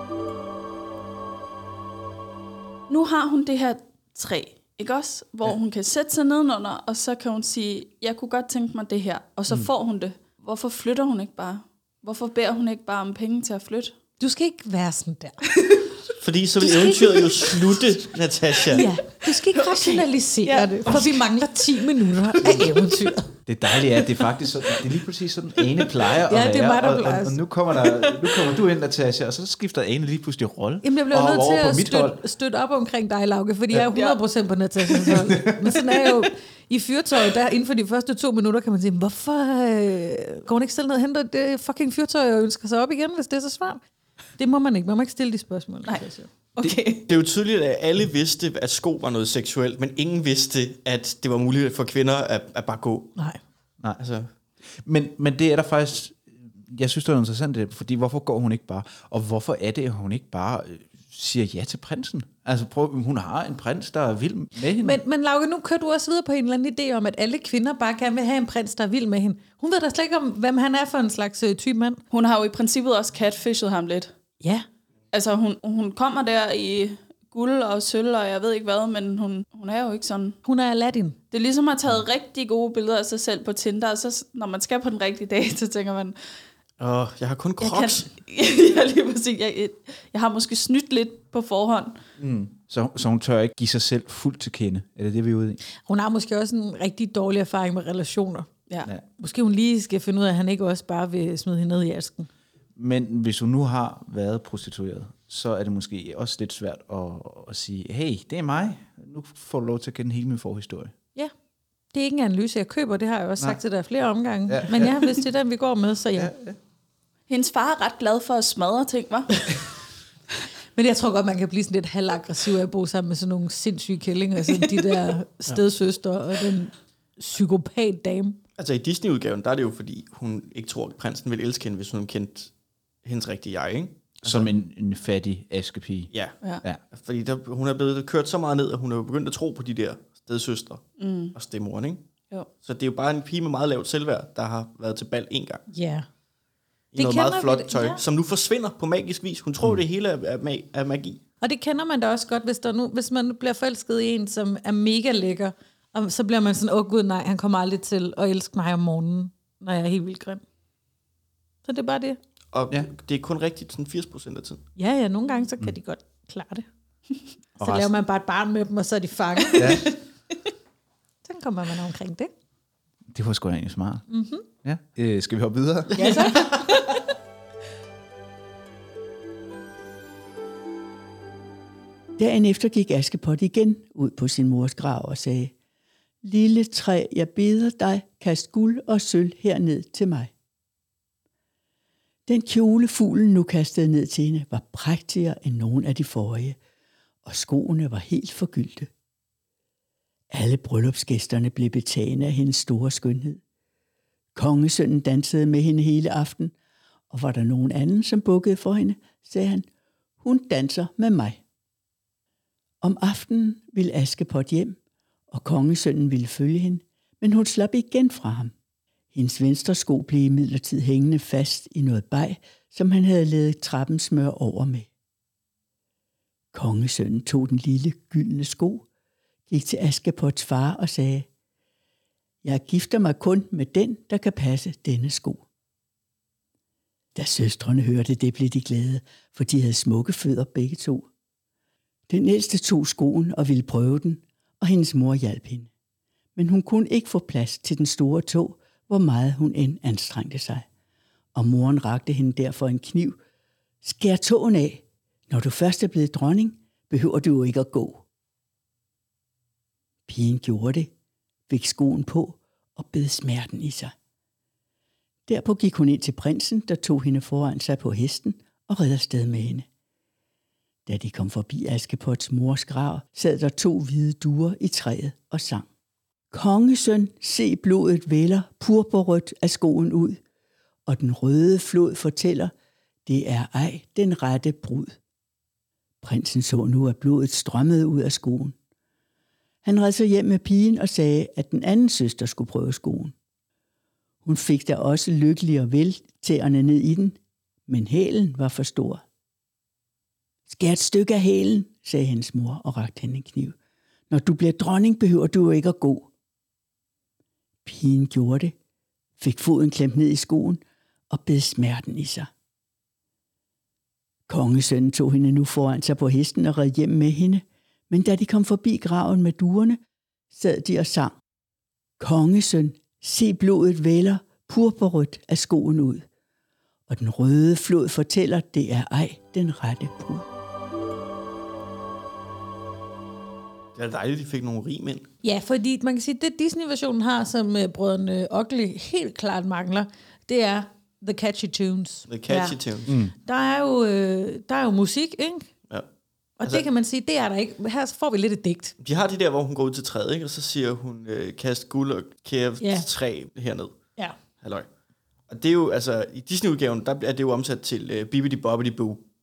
Nu har hun det her træ, ikke også? Hvor ja. hun kan sætte sig nedenunder, og så kan hun sige, jeg kunne godt tænke mig det her, og så mm. får hun det. Hvorfor flytter hun ikke bare? Hvorfor beder hun ikke bare om penge til at flytte? Du skal ikke være sådan der. Fordi så vil eventyret jo slutte, Natasha. Ja, du skal ikke rationalisere Ja. det, for vi mangler ti minutter af eventyret. Det dejlige er, at det er faktisk sådan, det er lige præcis sådan, Ane plejer at Ja, være. det er mig, der og, plejer. og, og, nu, kommer der, nu kommer du ind, Natasha, og så skifter Ane lige pludselig rolle. Jamen, jeg bliver og nødt over på til mit at hold. støtte, støtte op omkring dig, Lauke, fordi ja. jeg er hundrede procent på Natashas hold. Men sådan er jo i fyrtøjet, der inden for de første to minutter, kan man sige, hvorfor øh, går hun ikke selv ned og henter det fucking fyrtøj og ønsker sig op igen, hvis det er så svært? Det må man ikke. Man må ikke stille de spørgsmål. Nej. Natasha. Okay. Det er jo tydeligt, at alle vidste, at sko var noget seksuelt, men ingen vidste, at det var muligt for kvinder at, at bare gå. Nej. Nej. Altså, Men, men det er der faktisk, jeg synes, det er interessant, det, fordi hvorfor går hun ikke bare? Og hvorfor er det, at hun ikke bare øh, siger ja til prinsen. Altså, prøv, hun har en prins, der er vild med hende. Men, men Lauke, nu kører du også videre på en eller anden idé om, at alle kvinder bare gerne vil have en prins, der er vild med hende. Hun ved da slet ikke om, hvem han er for en slags øh, type mand. Hun har jo i princippet også catfishet ham lidt. Ja. Altså, hun, hun kommer der i guld og sølv, og jeg ved ikke hvad, men hun, hun er jo ikke sådan. Hun er Aladdin. Det er ligesom at have taget rigtig gode billeder af sig selv på Tinder, og så når man skal på den rigtige dag, så tænker man... Åh, oh, jeg har kun Crocs. Jeg, kan, jeg, lige præcis, jeg, jeg har måske snydt lidt på forhånd. Mm. Så, så hun tør ikke give sig selv fuldt til kende. Er det det, vi er ude i? Hun har måske også en rigtig dårlig erfaring med relationer. Ja. Ja. Måske hun lige skal finde ud af, at han ikke også bare vil smide hende ned i asken. Men hvis hun nu har været prostitueret, så er det måske også lidt svært at, at sige, hey, det er mig. Nu får du lov til at kende hele min forhistorie. Ja, det er ikke en analyse, jeg køber. Det har jeg også Nej. sagt til dig flere omgange. Ja. Men ja, hvis det er den, vi går med, så ja. Ja, ja. Hendes far er ret glad for at smadre ting, hva'? Men jeg tror godt, man kan blive sådan lidt halvaggressiv af at bo sammen med sådan nogle sindssyge kællinger, som de der stedsøster og den psykopat dame. Altså i Disney-udgaven, der er det jo fordi, hun ikke tror, at prinsen vil elske hende, hvis hun kendte hendes rigtige jeg, ikke? Som en, en fattig askepige. Ja, Ja. Ja. fordi der, hun er blevet kørt så meget ned, at hun er jo begyndt at tro på de der stedsøstre Mm. og stemmoren, ikke? Jo. Så det er jo bare en pige med meget lavt selvværd, der har været til bal en gang. Ja. I Det noget kender meget vi flot det, tøj, ja. som nu forsvinder på magisk vis. Hun tror, mm. det hele er, er, mag- er magi. Og det kender man da også godt, hvis, der nu, hvis man bliver forelsket i en, som er mega lækker, og så bliver man sådan, åh oh, gud nej, han kommer aldrig til at elske mig om morgenen, når jeg er helt vildt grim. Så det er bare det. Og Ja. ja. det er kun rigtigt sådan firs procent af tiden. Ja, ja, nogle gange, så kan mm. de godt klare det. Og Så resten- laver man bare et barn med dem, og så er de fanget. Ja. Sådan kommer man omkring det. Det var sgu da egentlig smart. Mm-hmm. Ja. Øh, skal vi hoppe videre? Ja, så. Dagen efter gik Askepot igen ud på sin mors grav og sagde, lille træ, jeg beder dig, kast guld og sølv herned til mig. Den kjole fuglen nu kastede ned til hende var prægtigere end nogen af de forrige, og skoene var helt forgyldte. Alle bryllupsgæsterne blev betagende af hendes store skønhed. Kongesønnen dansede med hende hele aften, og var der nogen anden, som bukkede for hende, sagde han, hun danser med mig. Om aftenen ville Askepot hjem, og kongesønnen ville følge hende, men hun slap igen fra ham. Hendes venstre sko blev imidlertid hængende fast i noget bag, som han havde lavet trappensmør over med. Kongesønnen tog den lille gyldne sko, gik til Askepots far og sagde, jeg gifter mig kun med den, der kan passe denne sko. Da søstrene hørte det, blev de glade, for de havde smukke fødder begge to. Den ældste tog skoen og ville prøve den, og hendes mor hjalp hende. Men hun kunne ikke få plads til den store tå, hvor meget hun end anstrengte sig. Og moren rakte hende derfor en kniv. Skær tåen af. Når du først er blevet dronning, behøver du jo ikke at gå. Pigen gjorde det, fik skoen på og bed smerten i sig. Derpå gik hun ind til prinsen, der tog hende foran sig på hesten og red afsted med hende. Da de kom forbi Askepots mors grav, sad der to hvide duer i træet og sang. Kongesøn, se blodet vælder purpurrødt af skoen ud, og den røde flod fortæller, det er ej den rette brud. Prinsen så nu, at blodet strømmede ud af skoen. Han red så hjem med pigen og sagde, at den anden søster skulle prøve skoen. Hun fik da også lykkelig og vel tæerne ned i den, men hælen var for stor. Skær et stykke af hælen, sagde hendes mor og rakte hende en kniv. Når du bliver dronning, behøver du ikke at gå. Pigen gjorde det, fik foden klemt ned i skoen og bed smerten i sig. Kongesønnen tog hende nu foran sig på hesten og red hjem med hende, men da de kom forbi graven med duerne, sad de og sang. Kongesøn, se blodet vælder purpurrødt af skoen ud, og den røde flod fortæller, det er ej den rette brud. Det er dejligt, at de fik nogle rim ind. Ja, fordi man kan sige, det Disney-versionen har, som uh, brødrene Ugly helt klart mangler, det er the catchy tunes. The catchy ja. tunes. Mm. Der er jo, øh, der er jo musik, ikke? Ja. Og Altså- det kan man sige, det er der ikke. Her får vi lidt et digt. De har de der, hvor hun går ud til træet, ikke? Og så siger hun, øh, kast guld og kære Ja. træ herned. Ja. Halløj. Og det er jo, altså, i Disney-udgaven, der er det jo omsat til øh, Bibbidi Bobbidi Boo. Ja.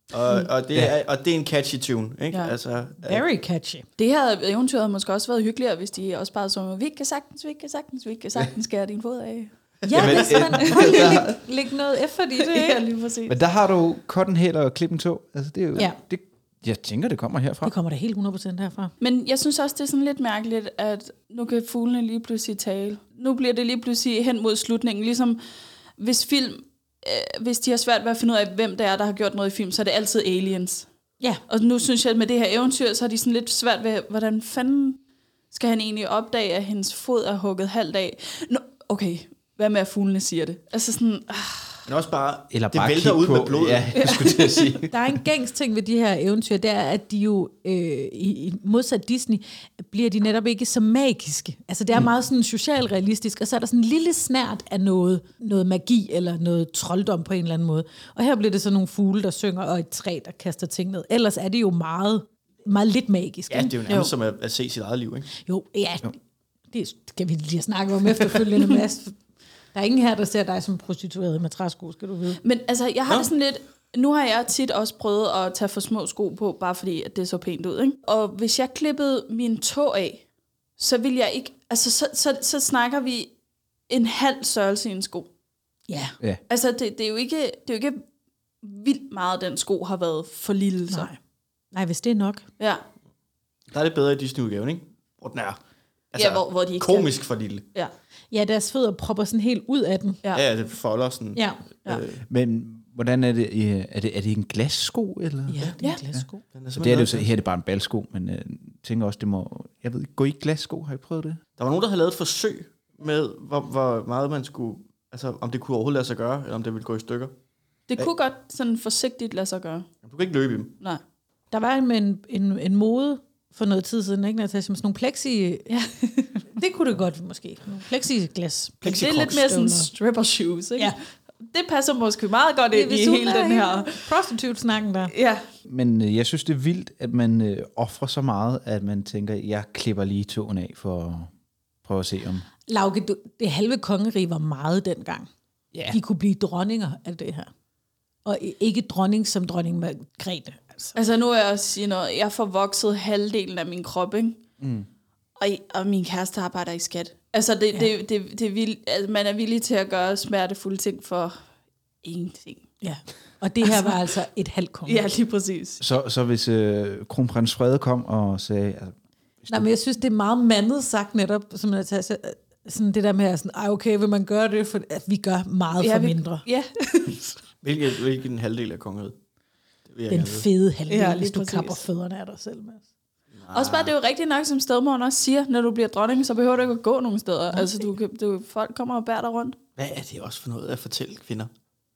Og, og, det er, og det er en catchy tune, ikke? Ja. Altså, Very catchy. Det her eventyr havde måske også været hyggeligere, hvis de også bare så, vi kan sagtens, vi kan sagtens, vi kan sagtens skære din fod af. Ja, Jamen, hvis man øh, prøver lige at lægge, lægge noget effort i det, ikke? Ja, lige præcis. Men der har du cutten hæl og klippen tå. Altså, det er jo, Ja. det, jeg tænker, det kommer herfra. Det kommer da helt hundrede procent herfra. Men jeg synes også, det er sådan lidt mærkeligt, at nu kan fuglene lige pludselig tale. Nu bliver det lige pludselig hen mod slutningen. Ligesom hvis film, øh, hvis de har svært ved at finde ud af, hvem det er, der har gjort noget i film, så er det altid aliens. Ja. Og nu synes jeg, at med det her eventyr, så er de sådan lidt svært ved, hvordan fanden skal han egentlig opdage, at hendes fod er hugget halvt af. Nå, okay, hvad med at fuglene siger det? Altså sådan, ah. Men også bare, Eller det bare vælter kig ud på, med blod. Ja, jeg skulle til at sige. Der er en gængs ting ved de her eventyr, det er, at de jo, øh, i, i modsat Disney, bliver de netop ikke så magiske. Altså det er meget sådan socialrealistisk, og så er der sådan en lille snært af noget, noget magi, eller noget trolddom på en eller anden måde. Og her bliver det så nogle fugle, der synger, og et træ, der kaster ting ned. Ellers er det jo meget, meget lidt magisk. Ja, det er jo nærmest jo. som at, at se sit eget liv, ikke? Jo, ja, det skal vi lige snakke om efterfølgende, Mads. Der er ingen her, der ser dig som prostitueret med træsko, skal du vide. Men altså, jeg har det sådan lidt... Nu har jeg tit også prøvet at tage for små sko på, bare fordi at det så pænt ud, ikke? Og hvis jeg klippede min tå af, så vil jeg ikke... Altså, så, så, så snakker vi en halv størrelse i en sko. Ja. Ja. Altså, det, det, er jo ikke, det er jo ikke vildt meget, den sko har været for lille. Så. Nej. Nej, hvis det er nok. Ja. Der er det bedre i Disney-udgaven, ikke? Hvor den er altså, Ja, hvor- hvor de ikke komisk kan. For lille. Ja. Ja, deres fødder propper sådan helt ud af den. Ja. Ja, ja det folder sådan. Ja. Ja. Øh, Men hvordan er det? øh, Er det, er det en glassko? Eller? Ja, det er en glassko. den er Så det er det jo så, simpelthen- her er det bare en balsko, men jeg øh, tænker også, det må... Jeg ved ikke, gå i glassko, har I prøvet det? Der var nogen, der havde lavet et forsøg med, hvor, hvor meget man skulle... Altså, om det kunne overhovedet lade sig gøre, eller om det ville gå i stykker. Det kunne godt sådan forsigtigt lade sig gøre. Du kan ikke løbe i dem. Nej. Der var en, en, en, en mode for noget tid siden, ikke, Natasha, med sådan nogle plexi... Ja. Det kunne det godt, måske. Nogle plexiglas. Men det er lidt mere sådan stripper shoes, ikke? Ja. Det passer måske meget godt ind i Hvis hun hele er den her... prostitute-snakken der. Ja. Men øh, jeg synes, det er vildt, at man øh, offrer så meget, at man tænker, jeg klipper lige tåen af for at prøve at se om... Lauke, du, det halve kongerige var meget dengang. Ja. De kunne blive dronninger af det her. Og ikke dronning som dronning Margrethe. Altså. Altså nu er jeg også sige noget. Jeg får vokset halvdelen af min krop, ikke? Mm. Og, og min kæreste arbejder i skat. Altså det, Ja. det, det, det er vild, altså, man er villig til at gøre smertefulde ting for ingenting. Ja. Og det her var altså et halvt kongerige. Ja, lige præcis. Så, så hvis øh, kronprins Frede kom og sagde... Altså, Nej, men jeg synes, det er meget mandet sagt netop, som Natasha, sådan det der med, at sådan, ej, okay, vil man gøre det, for at vi gør meget Ja, for vi- mindre. Ja. Hvilken, hvilken halvdel af kongeriget? Det vil jeg Den gerne vide. fede halvdel, Ja, ja, lige hvis du præcis. kapper fødderne af dig selv, Mads. Også bare, det er jo rigtigt nok, som stedmoren også siger, når du bliver dronning, så behøver du ikke at gå nogen steder. Altså, du, kan- du, folk kommer og bærer dig rundt. Hvad er det også for noget at fortælle kvinder?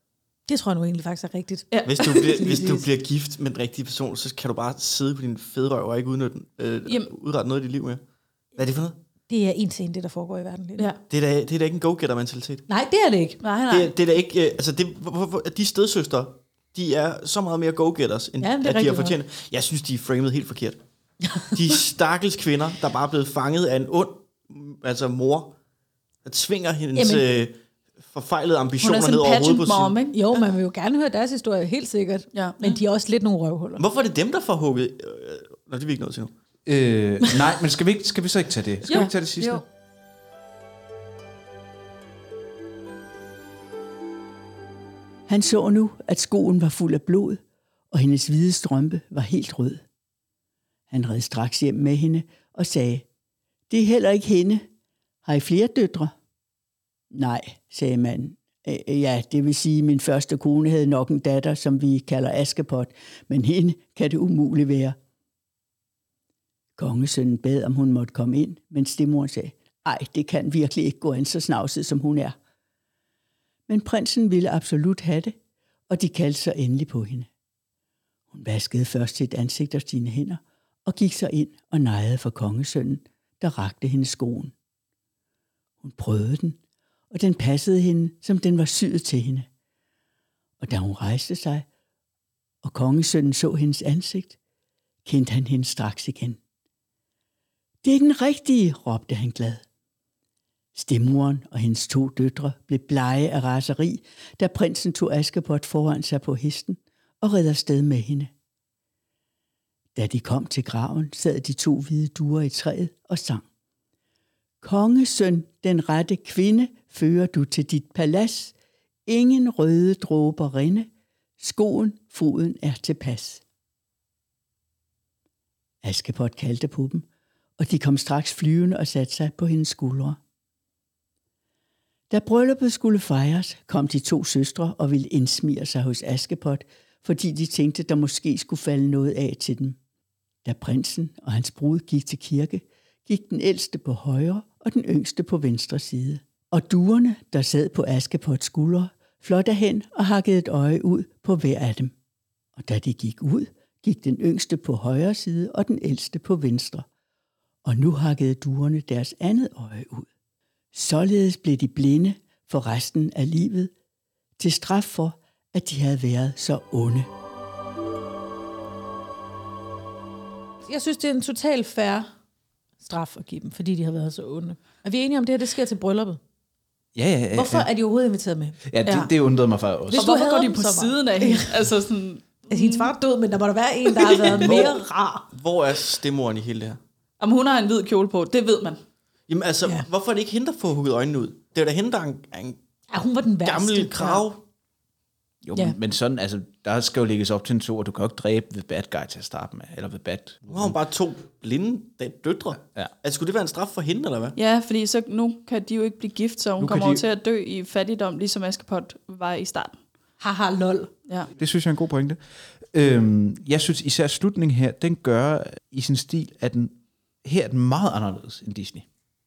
Det tror jeg nu egentlig faktisk er rigtigt. Ja. Hvis du, bliver, hvis du bliver gift med den rigtige person, så kan du bare sidde på din fedrøv og ikke udnytte, øh, Jamen. udrette noget i dit liv mere. Hvad er det for noget? Det er en til en, det der foregår i verden lige nu. Ja. Det er da, det er da ikke en go-getter-mentalitet. Nej, det er det ikke. Nej, nej. Det, er- det er da ikke... øh, Altså, det, hvor- hvor- hvor- de stedsøstre, de er så meget mere go-getters, end Ja, det er at de har rigtigt fortjent. Jeg synes, de er framet helt forkert. De stakkels kvinder, der bare er blevet fanget af en ond altså mor, der tvinger hendes Jamen. øh, forfejlede Hun ambitioner er sådan ned en over hovedet pageant på mom, sin... ikke? Jo, man vil jo gerne høre deres historie, helt sikkert. Ja. Men de er også lidt nogle røvhuller. Hvorfor er det dem, der får hugget... Øh, Nå, det er vi ikke nået til nu. øh, nej, men skal vi, ikke, skal vi så ikke tage det? Skal Jo. vi ikke tage det sidste? Jo. Han så nu, at skoen var fuld af blod, og hendes hvide strømpe var helt rød. Han red straks hjem med hende og sagde, det er heller ikke hende. Har I flere døtre? Nej, sagde manden. "Øh, Ja, det vil sige, at min første kone havde nok en datter, som vi kalder Askepot, men hende kan det umuligt være. Kongesønnen bad, om hun måtte komme ind, men stemmoren sagde, ej, det kan virkelig ikke gå an så snavset, som hun er. Men prinsen ville absolut have det, og de kaldte så endelig på hende. Hun vaskede først sit ansigt og sine hænder, og gik så ind og nejede for kongesønnen, der rakte hende skoen. Hun prøvede den, og den passede hende, som den var syet til hende. Og da hun rejste sig, og kongesønnen så hendes ansigt, kendte han hende straks igen. Det er den rigtige, råbte han glad. Stemmoren og hendes to døtre blev blege af raseri, da prinsen tog Askepot foran sig på hesten og red afsted med hende. Da de kom til graven, sad de to hvide duer i træet og sang. Kongesøn, den rette kvinde, fører du til dit palads. Ingen røde dråber rinde, skoen, foden er tilpas. Askepot kaldte på dem, og de kom straks flyvende og satte sig på hendes skuldre. Da brylluppet skulle fejres, kom de to søstre og ville indsmire sig hos Askepot, fordi de tænkte, der måske skulle falde noget af til dem. Da prinsen og hans brud gik til kirke, gik den ældste på højre og den yngste på venstre side. Og duerne, der sad på Askepots skuldre, fløj hen og hakkede et øje ud på hver af dem. Og da de gik ud, gik den yngste på højre side og den ældste på venstre. Og nu hakkede duerne deres andet øje ud. Således blev de blinde for resten af livet, til straf for, at de havde været så onde. Jeg synes, det er en total fair straf at give dem, fordi de har været så onde. Er vi enige om det her, det sker til brylluppet? Ja, ja, ja. Hvorfor ja. er de overhovedet inviteret med? Ja, det, det undrede mig faktisk også. Hvis du Hvorfor går havde de på dem, så var- siden af hende? Altså sådan, Altså, hendes far er død, men der må der være en, der har været mere rar. Hvor er stemmoren i hele det her? om hun har en hvid kjole på, det ved man. Jamen altså, Ja. ja. hvorfor er det ikke hende, der får hugget øjnene ud? Det er da hende, der er en, er en Ja, hun var den værste. gammel krav. Jo, Ja. ja. men sådan, altså, der skal jo lægges op til en to, og du kan jo ikke dræbe ved bad guy til at starte med, eller ved bad. Nu har hun bare to blinde døtre. Ja. Altså, skulle det være en straf for hende, eller hvad? Ja, fordi så nu kan de jo ikke blive gift, så hun Nu kan kommer de- over til at dø i fattigdom, ligesom Askepot var i starten. Haha, lol. Ja. Det synes jeg er en god pointe. Øhm, jeg synes især slutningen her, den gør i sin stil, at den, her er den meget anderledes end Disney.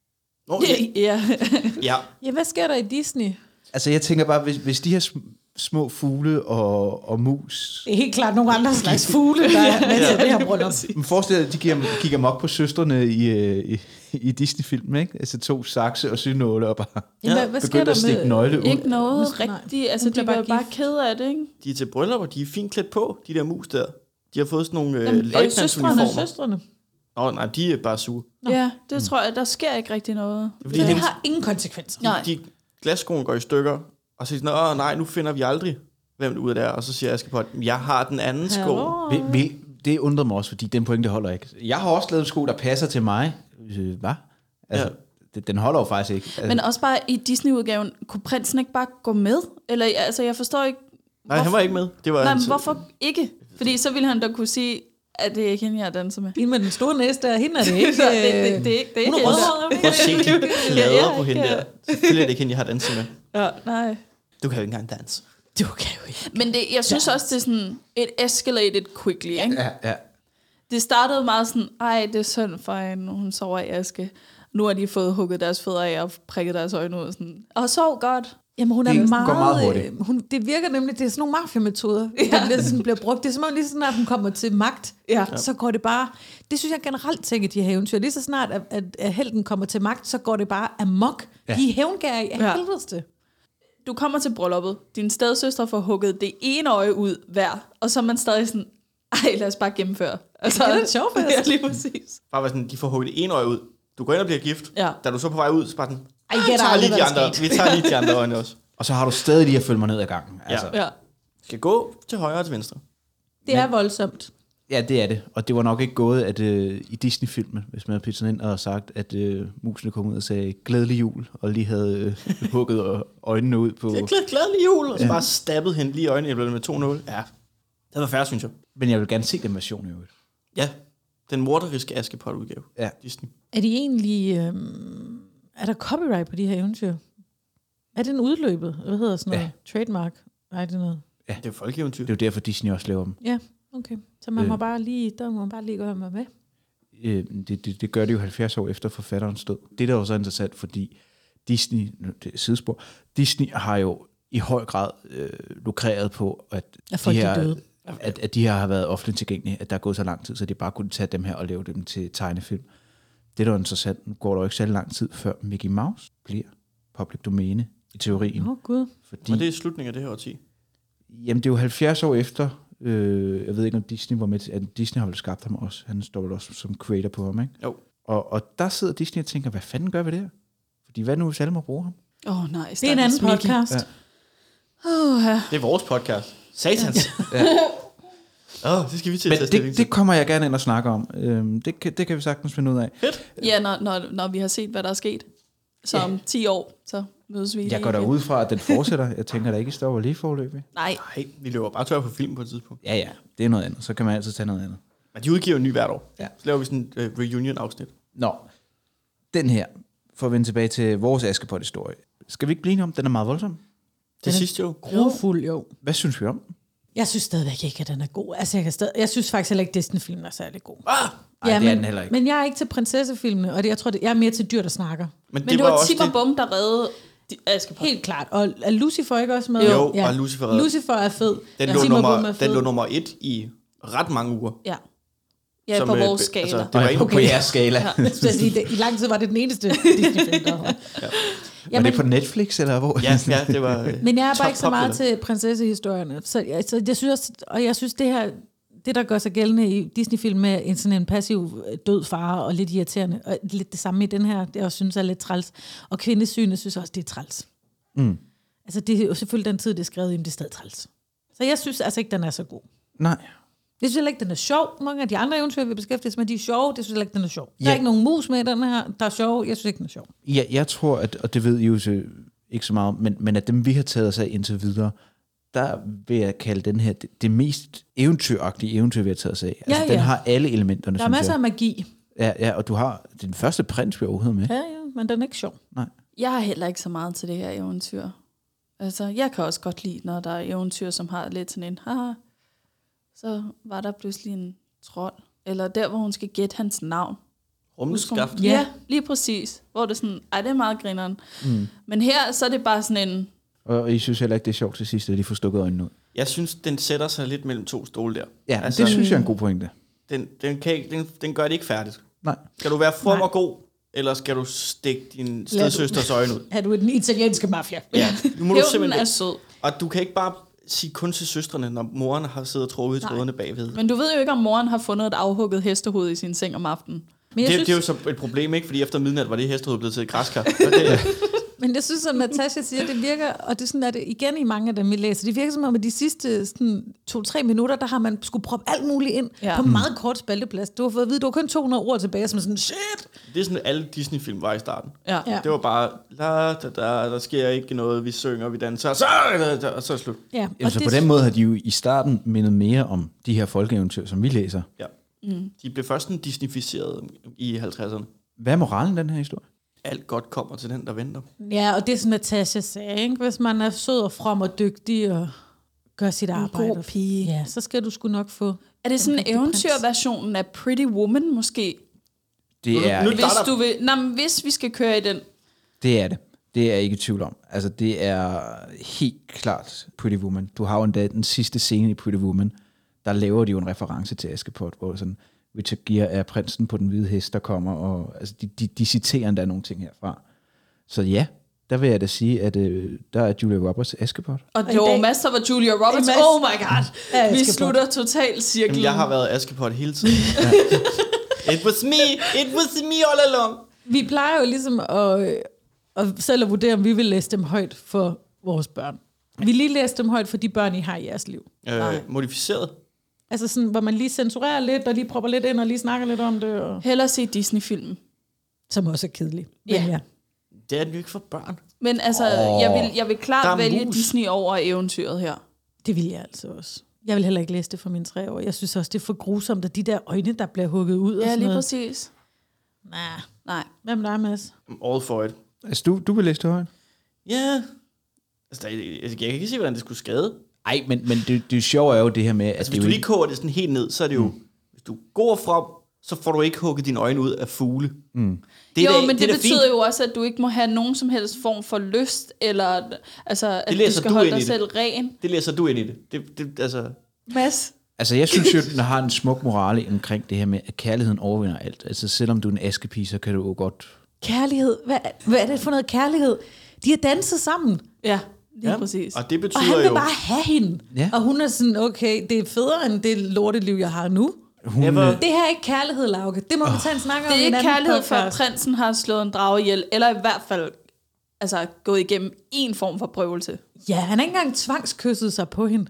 Okay. ja. Ja. Ja, hvad sker der i Disney? Altså jeg tænker bare, hvis, hvis de her sm- små fugle og, og mus... Det er helt klart nogle andre slags fugle, der er med til det her bryllup. Men forestil dig, at de giver, kigger mok på søstrene i, øh, i, i Disney-filmen, ikke? Altså to sakse og synåle og bare Ja, hvad, hvad sker begyndte der at stikke med... nøgle ud. Ikke noget Måske nej. rigtigt. Altså, Hun de bliver var bare bare gift. kede af det, ikke? De er til bryllup, og de er fint klædt på, de der mus der. De har fået sådan nogle øh, Jamen, øh, Søstrene, løjtnantsuniformer. søstrene. Nå, nej, de er bare sure. Nå. Ja, det tror jeg, der sker ikke rigtig noget. Det er fordi, Det hendes, har ingen konsekvenser. Nej. de glasskoen går i stykker, og så siger de sådan, åh nej, nu finder vi aldrig, hvem det ud af der. Og så siger Askepot, jeg har den anden sko. Hallo? Vil, vil, det undrer mig også, fordi den pointe holder ikke. Jeg har også lavet en sko, der passer til mig. Øh, Hvad? Altså, Ja. ja. Den holder jo faktisk ikke. Altså, Men også bare i Disney-udgaven, kunne prinsen ikke bare gå med? Eller, altså, jeg forstår ikke... Nej, han var ikke med. Det var Nej, hans- men hvorfor ikke? Fordi så ville han da kunne sige, at det er ikke hende, jeg danser med. Hende med den store næste, og hende er det ikke. Så det, det, det, er ikke, det er ikke Hun er hende. rød. Prøv at se de plader Ja, på hende ja. der. Selvfølgelig er det ikke hende, jeg har danset med. Ja, nej. Du kan jo ikke engang danse. Du kan jo ikke. Men det, jeg synes også, det er sådan, it escalated quickly, ikke? ja, ja. Det startede meget sådan, ej, det er synd for hende, hun sover i aske. Nu har de fået hugget deres fødder af og prikket deres øjne ud. Sådan, og sov godt. Jamen, hun er Det meget... går meget hurtigt. øh, Hun, det virker nemlig, det er sådan nogle mafiametoder, ja. der bliver, sådan, bliver brugt. Det er som om lige så snart hun kommer til magt, Ja. så går det bare... Det synes jeg generelt tænker, de her eventyr. Lige så snart, at, at, at helten kommer til magt, så går det bare amok. Ja. Ja. De er hævngærige af Ja. ja. helvedeste. Du kommer til brylluppet. Din stedsøster får hugget det ene øje ud hver. Og så er man stadig sådan, ej, lad os bare gennemføre. Altså, Det er en sjov fest. Ja, lige præcis. Bare var sådan, de får hugget det ene øje ud. Du går ind og bliver gift. Ja. Da du så er på vej ud, så bare den, Ej, vi gætter tager aldrig, lige de hvad der andre, skete. vi tager lige de andre øjne også. Og så har du stadig lige at følge mig ned ad gangen. Altså. Ja. Ja. Skal gå til højre og til venstre. Det er voldsomt. Ja, det er det. Og det var nok ikke gået, at øh, i Disney-filmen, hvis man havde pitchet ind og sagt, at øh, musene kom ud og sagde glædelig jul, og lige havde øh, hugget øjnene ud på... Jeg er glad, glædelig jul. Og så bare stabbet hende lige i øjnene, jeg blev med to nul. Ja, det var færre, synes jeg. Men jeg vil gerne se den version i øvrigt. Ja, den morderiske Askepot-udgave. Ja. Disney. Er de egentlig... Øhm, er der copyright på de her eventyr? Er den udløbet? Hvad hedder sådan noget? Ja. Trademark? Nej, det er noget. Det er folkeeventyr. Det er jo derfor, Disney også laver dem. Ja, okay. Så man Øh. må bare lige, der må man bare lige gå med med. Øh, det, det, det gør det jo halvfjerds år efter forfatterens død. Det der er jo så interessant, fordi Disney, nu, det er sidespor, Disney har jo i høj grad øh, lukreret på, at, At folk de er her, døde. at, at de her har været offentligt tilgængelige, at der er gået så lang tid, så de bare kunne tage dem her og lave dem til tegnefilm. Det der er interessant, nu går der jo ikke særlig lang tid, før Mickey Mouse bliver public domæne i teorien. Åh, oh, gud. Fordi, Og det er slutningen af det her årti. jamen, det er jo halvfjerds år efter, øh, jeg ved ikke, om Disney var med til, at Disney har vel skabt ham også. Han står vel også som creator på ham, ikke? Jo. Og, og der sidder Disney og tænker, hvad fanden gør vi der? Fordi hvad nu, hvis alle må bruge ham? Åh, oh, nej. Det er en anden podcast. Ja. Ja. Oh, ja. Det er vores podcast. Satans. Ja. Åh, oh, det skal vi til Men at tage stilling det, til. det kommer jeg gerne ind og snakke om. Øhm, det, kan, det kan vi sagtens finde ud af. Fedt. Ja, når, når, når vi har set, hvad der er sket. Så Ja. om ti år, så mødes vi. Jeg lige går igen. derud fra, at den fortsætter. Jeg tænker, der ikke stopper lige forløbig. Nej, Nej, vi løber bare tør på film på et tidspunkt. Ja, ja. Det er noget andet. Så kan man altid tage noget andet. Men de udgiver en ny hvert år. Ja. Så laver vi sådan et uh, reunion-afsnit. Nå, den her, for at vende tilbage til vores Askepot-historie. Skal vi ikke blive enige om, den er meget voldsom? Til sidst jo. Grofuld, jo. Hvad synes vi om den? Jeg synes stadigvæk ikke, at den er god. Altså, jeg, kan stadig, jeg synes faktisk heller ikke, at Disney-filmen er særlig god. Ah! Ej, det men, er den heller ikke. Men jeg er ikke til prinsessefilmene, og det, jeg tror, det, jeg er mere til dyr, der snakker. Men, men det, det var, var Tim og Bum, der reddede Askepot. Helt klart. Og er Lucifer ikke også med? Jo, og Lucifer er- Lucifer er fed. Den, Ja, lå Tim og Bum er nummer, fed. den lå nummer et i ret mange uger. Ja, ja Som, på øh, vores be- skala. altså, Altså, det var på, en- på jeres skala. Ja. Så jeg sige, det, i lang tid var det den eneste Disney-film, der var. Ja. Var det på Netflix, eller hvor? Ja, ja, det var øh, Men jeg er top, bare ikke så top meget filler. til prinsessehistorierne. Så jeg, så jeg synes også, og jeg synes det her, det der gør sig gældende i Disney-film med en sådan en passiv død far og lidt irriterende, og lidt det samme i den her, det jeg også synes er lidt træls. Og kvindesynet synes også, det er træls. Mm. Altså det er jo selvfølgelig den tid, det er skrevet i, men det er stadig træls. Så jeg synes altså ikke, den er så god. Nej. Jeg synes heller ikke, den er sjov. Mange af de andre eventyr, vi beskæftiger os med, de er sjove. Det synes jeg heller ikke, den er sjov. Der Ja. er ikke nogen mus med i den her, der er sjov. Jeg synes ikke, den er sjov. Ja, jeg tror, at, og det ved I jo så ikke så meget om, men, men at dem, vi har taget os af indtil videre, der vil jeg kalde den her det, det mest eventyragtige eventyr, vi har taget os af. Altså, Ja, den ja. har alle elementerne, Der er synes masser jeg. af magi. Ja, ja, og du har den første prins, vi overhovedet med. Ja, ja, men den er ikke sjov. Nej. jeg har heller ikke så meget til det her eventyr. Altså, jeg kan også godt lide, når der er eventyr, som har lidt sådan en, haha, så var der pludselig en trold. Eller der, hvor hun skal gætte hans navn. Rumleskaft. Ja. Ja, lige præcis. Hvor det er sådan, ej, det er meget grineren. Mm. Men her, så er det bare sådan en, Og I synes heller ikke, det er sjovt til sidst, at de får stukket øjnene ud. Jeg synes, den sætter sig lidt mellem to stole der. Ja, altså, det synes jeg er en god pointe. Den, den, kan ikke, den, den gør det ikke færdigt. Nej. Skal du være from Nej. og god, eller skal du stikke din stedsøsters øjne ud? Er du den italienske mafia? Ja, nu må du hævnen simpelthen... er sød. Og du kan ikke bare sige kun til søstrene, når moren har siddet og trådet i trådene bagved. Men du ved jo ikke, om moren har fundet et afhugget hestehoved i sin seng om aftenen. Men jeg, Det, synes, det er jo så et problem, ikke? Fordi efter midnat var det hestehoved blevet til et græskar. Og det, men jeg synes, som Natasha siger, det virker, og det er sådan, at det igen i mange af dem, vi læser, det virker som om, at de sidste sådan, to-tre minutter, der har man skulle proppe alt muligt ind Ja. på meget kort spalteplads. Du har fået at vide, du har kun to hundrede ord tilbage, som er sådan, shit! det er sådan, alle Disney-film var i starten. Ja. Ja. Det var bare, la, da, da, der sker ikke noget, vi synger, vi danser, så, da, da, og så er det slut. Ja, Jamen, og så det, på den måde har de jo i starten mindet mere om de her folkeeventyr, som vi læser. Ja. Mm. De blev først sådan Disney-ficeret i halvtredserne. Hvad er moralen i den her historie? Alt godt kommer til den, der venter. ja, og det er som Natasha sagde, ikke? Hvis man er sød og from og dygtig og gør sit arbejde. god pige. Ja, så skal du sgu nok få. Er det sådan en rigtig prins. eventyrversionen af Pretty Woman måske? Det Nu- er, nu- Hvis, du vil, nej, men hvis vi skal køre i den. det er det. Det er jeg ikke i tvivl om. Altså, det er helt klart Pretty Woman. Du har jo endda den sidste scene i Pretty Woman, der laver de jo en reference til Askepot, hvor sådan, Richard Gere er prinsen på den hvide hest, der kommer, og altså, de, de, de citerer endda nogle ting herfra. Så ja, der vil jeg da sige, at øh, der er Julia Roberts Askepot. Og Og det i var dag- masser var Julia Roberts. En masse- Oh my god. Ja, Vi Askepot. slutter totalt cirklen. Jamen, jeg har været Askepot hele tiden. It was me! It was me all along! Vi plejer jo ligesom at, øh, at selv at vurdere, om vi vil læse dem højt for vores børn. Vi lige læse dem højt for de børn, I har i jeres liv. Øh, modificeret. Altså sådan, hvor man lige censurerer lidt, og lige propper lidt ind, og lige snakker lidt om det, og, Hellere se Disney-filmen. som også er kedelig. Men Ja. ja. Det er den jo ikke for børn. Men altså, oh, jeg, vil, jeg vil der klart er vælge mus. Disney over eventyret her. Det vil jeg altså også. Jeg vil heller ikke læse det for mine tre år. Jeg synes også, det er for grusomt, at de der øjne, der bliver hugget ud og Ja, sådan lige noget. præcis. Nah. Nej. Hvem der er, Mads? I'm all for it. Altså, du, du vil læse det højt? Ja. Yeah. Altså, der, er- jeg kan ikke se, hvordan det skulle skade. Ej, men, men det, det sjove er jo det her med, at Altså, det hvis er du jo lige koger det sådan helt ned, så er det jo... Mm. Hvis du går frem, så får du ikke hugget dine øjne ud af fugle. Mm. Det er jo, da, men det, det, det er da betyder fint. jo også, at du ikke må have nogen som helst form for lyst, eller altså, at du læser skal du holde ind dig i selv ren. Det læser du ind i det. det, det altså, Mads? Altså, jeg synes jo, den har en smuk morale omkring det her med, at kærligheden overvinder alt. Altså, selvom du er en askepige, så kan du jo godt... Kærlighed. Hvad, hvad er det for noget kærlighed? De har danset sammen. Ja, lige ja. præcis. Og det Og betyder han vil jo... bare have hende. Ja. Og hun er sådan, okay, det er federe end det lorteliv, jeg har nu. Hun, Never- øh, Det her er ikke kærlighed, Lauke. Det må vi tage en snak om Det i er en ikke anden kærlighed, før podcast. prinsen har slået en drage ihjel, eller i hvert fald altså, gået igennem en form for prøvelse. Ja, han har ikke engang tvangskysset sig på hende.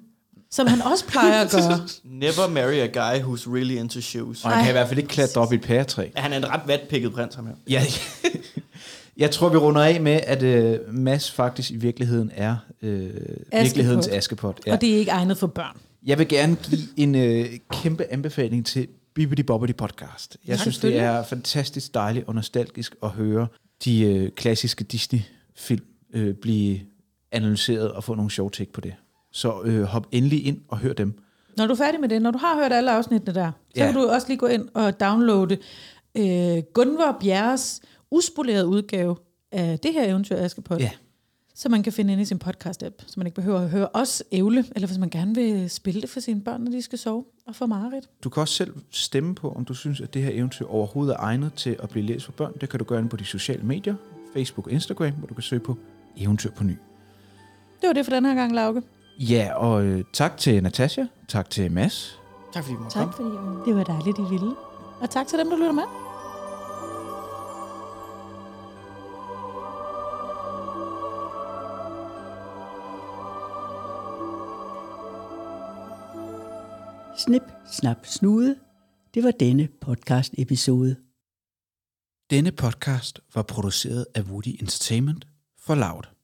som han også plejer at gøre. Never marry a guy who's really into shoes. Og han kan i hvert fald ikke klatre op i et pæretræ. Han er en ret vatpikket prins, ham her. Ja, jeg tror, vi runder af med, at øh, Mads faktisk i virkeligheden er øh, virkelighedens Askepot. Ja. Og det er ikke egnet for børn. Jeg vil gerne give en øh, kæmpe anbefaling til Bibbidi Bobbidi Podcast. Jeg Ja, synes, det er fantastisk dejligt og nostalgisk at høre de øh, klassiske Disney-film øh, blive analyseret og få nogle sjove take på det. Så øh, hop endelig ind og hør dem. Når du er færdig med det, når du har hørt alle afsnittene der, så Ja. kan du også lige gå ind og downloade øh, Gunvor Bjerres uspolerede udgave af det her eventyr Askepot. Ja. Så man kan finde ind i sin podcast-app, så man ikke behøver at høre os ævle, eller hvis man gerne vil spille det for sine børn, når de skal sove og få mareridt. Du kan også selv stemme på, om du synes, at det her eventyr overhovedet er egnet til at blive læst for børn. Det kan du gøre inde på de sociale medier, Facebook og Instagram, hvor du kan søge på Eventyr på Ny. Det var det for den her gang, Lauke. Ja, og øh, tak til Natasha, tak til Mads. Tak fordi du måtte Tak komme. fordi det var dejligt, I ville. Og tak til dem, der lytter med. Snip, snap, snude. Det var denne podcast-episode. Denne podcast var produceret af Woody Entertainment for Loud.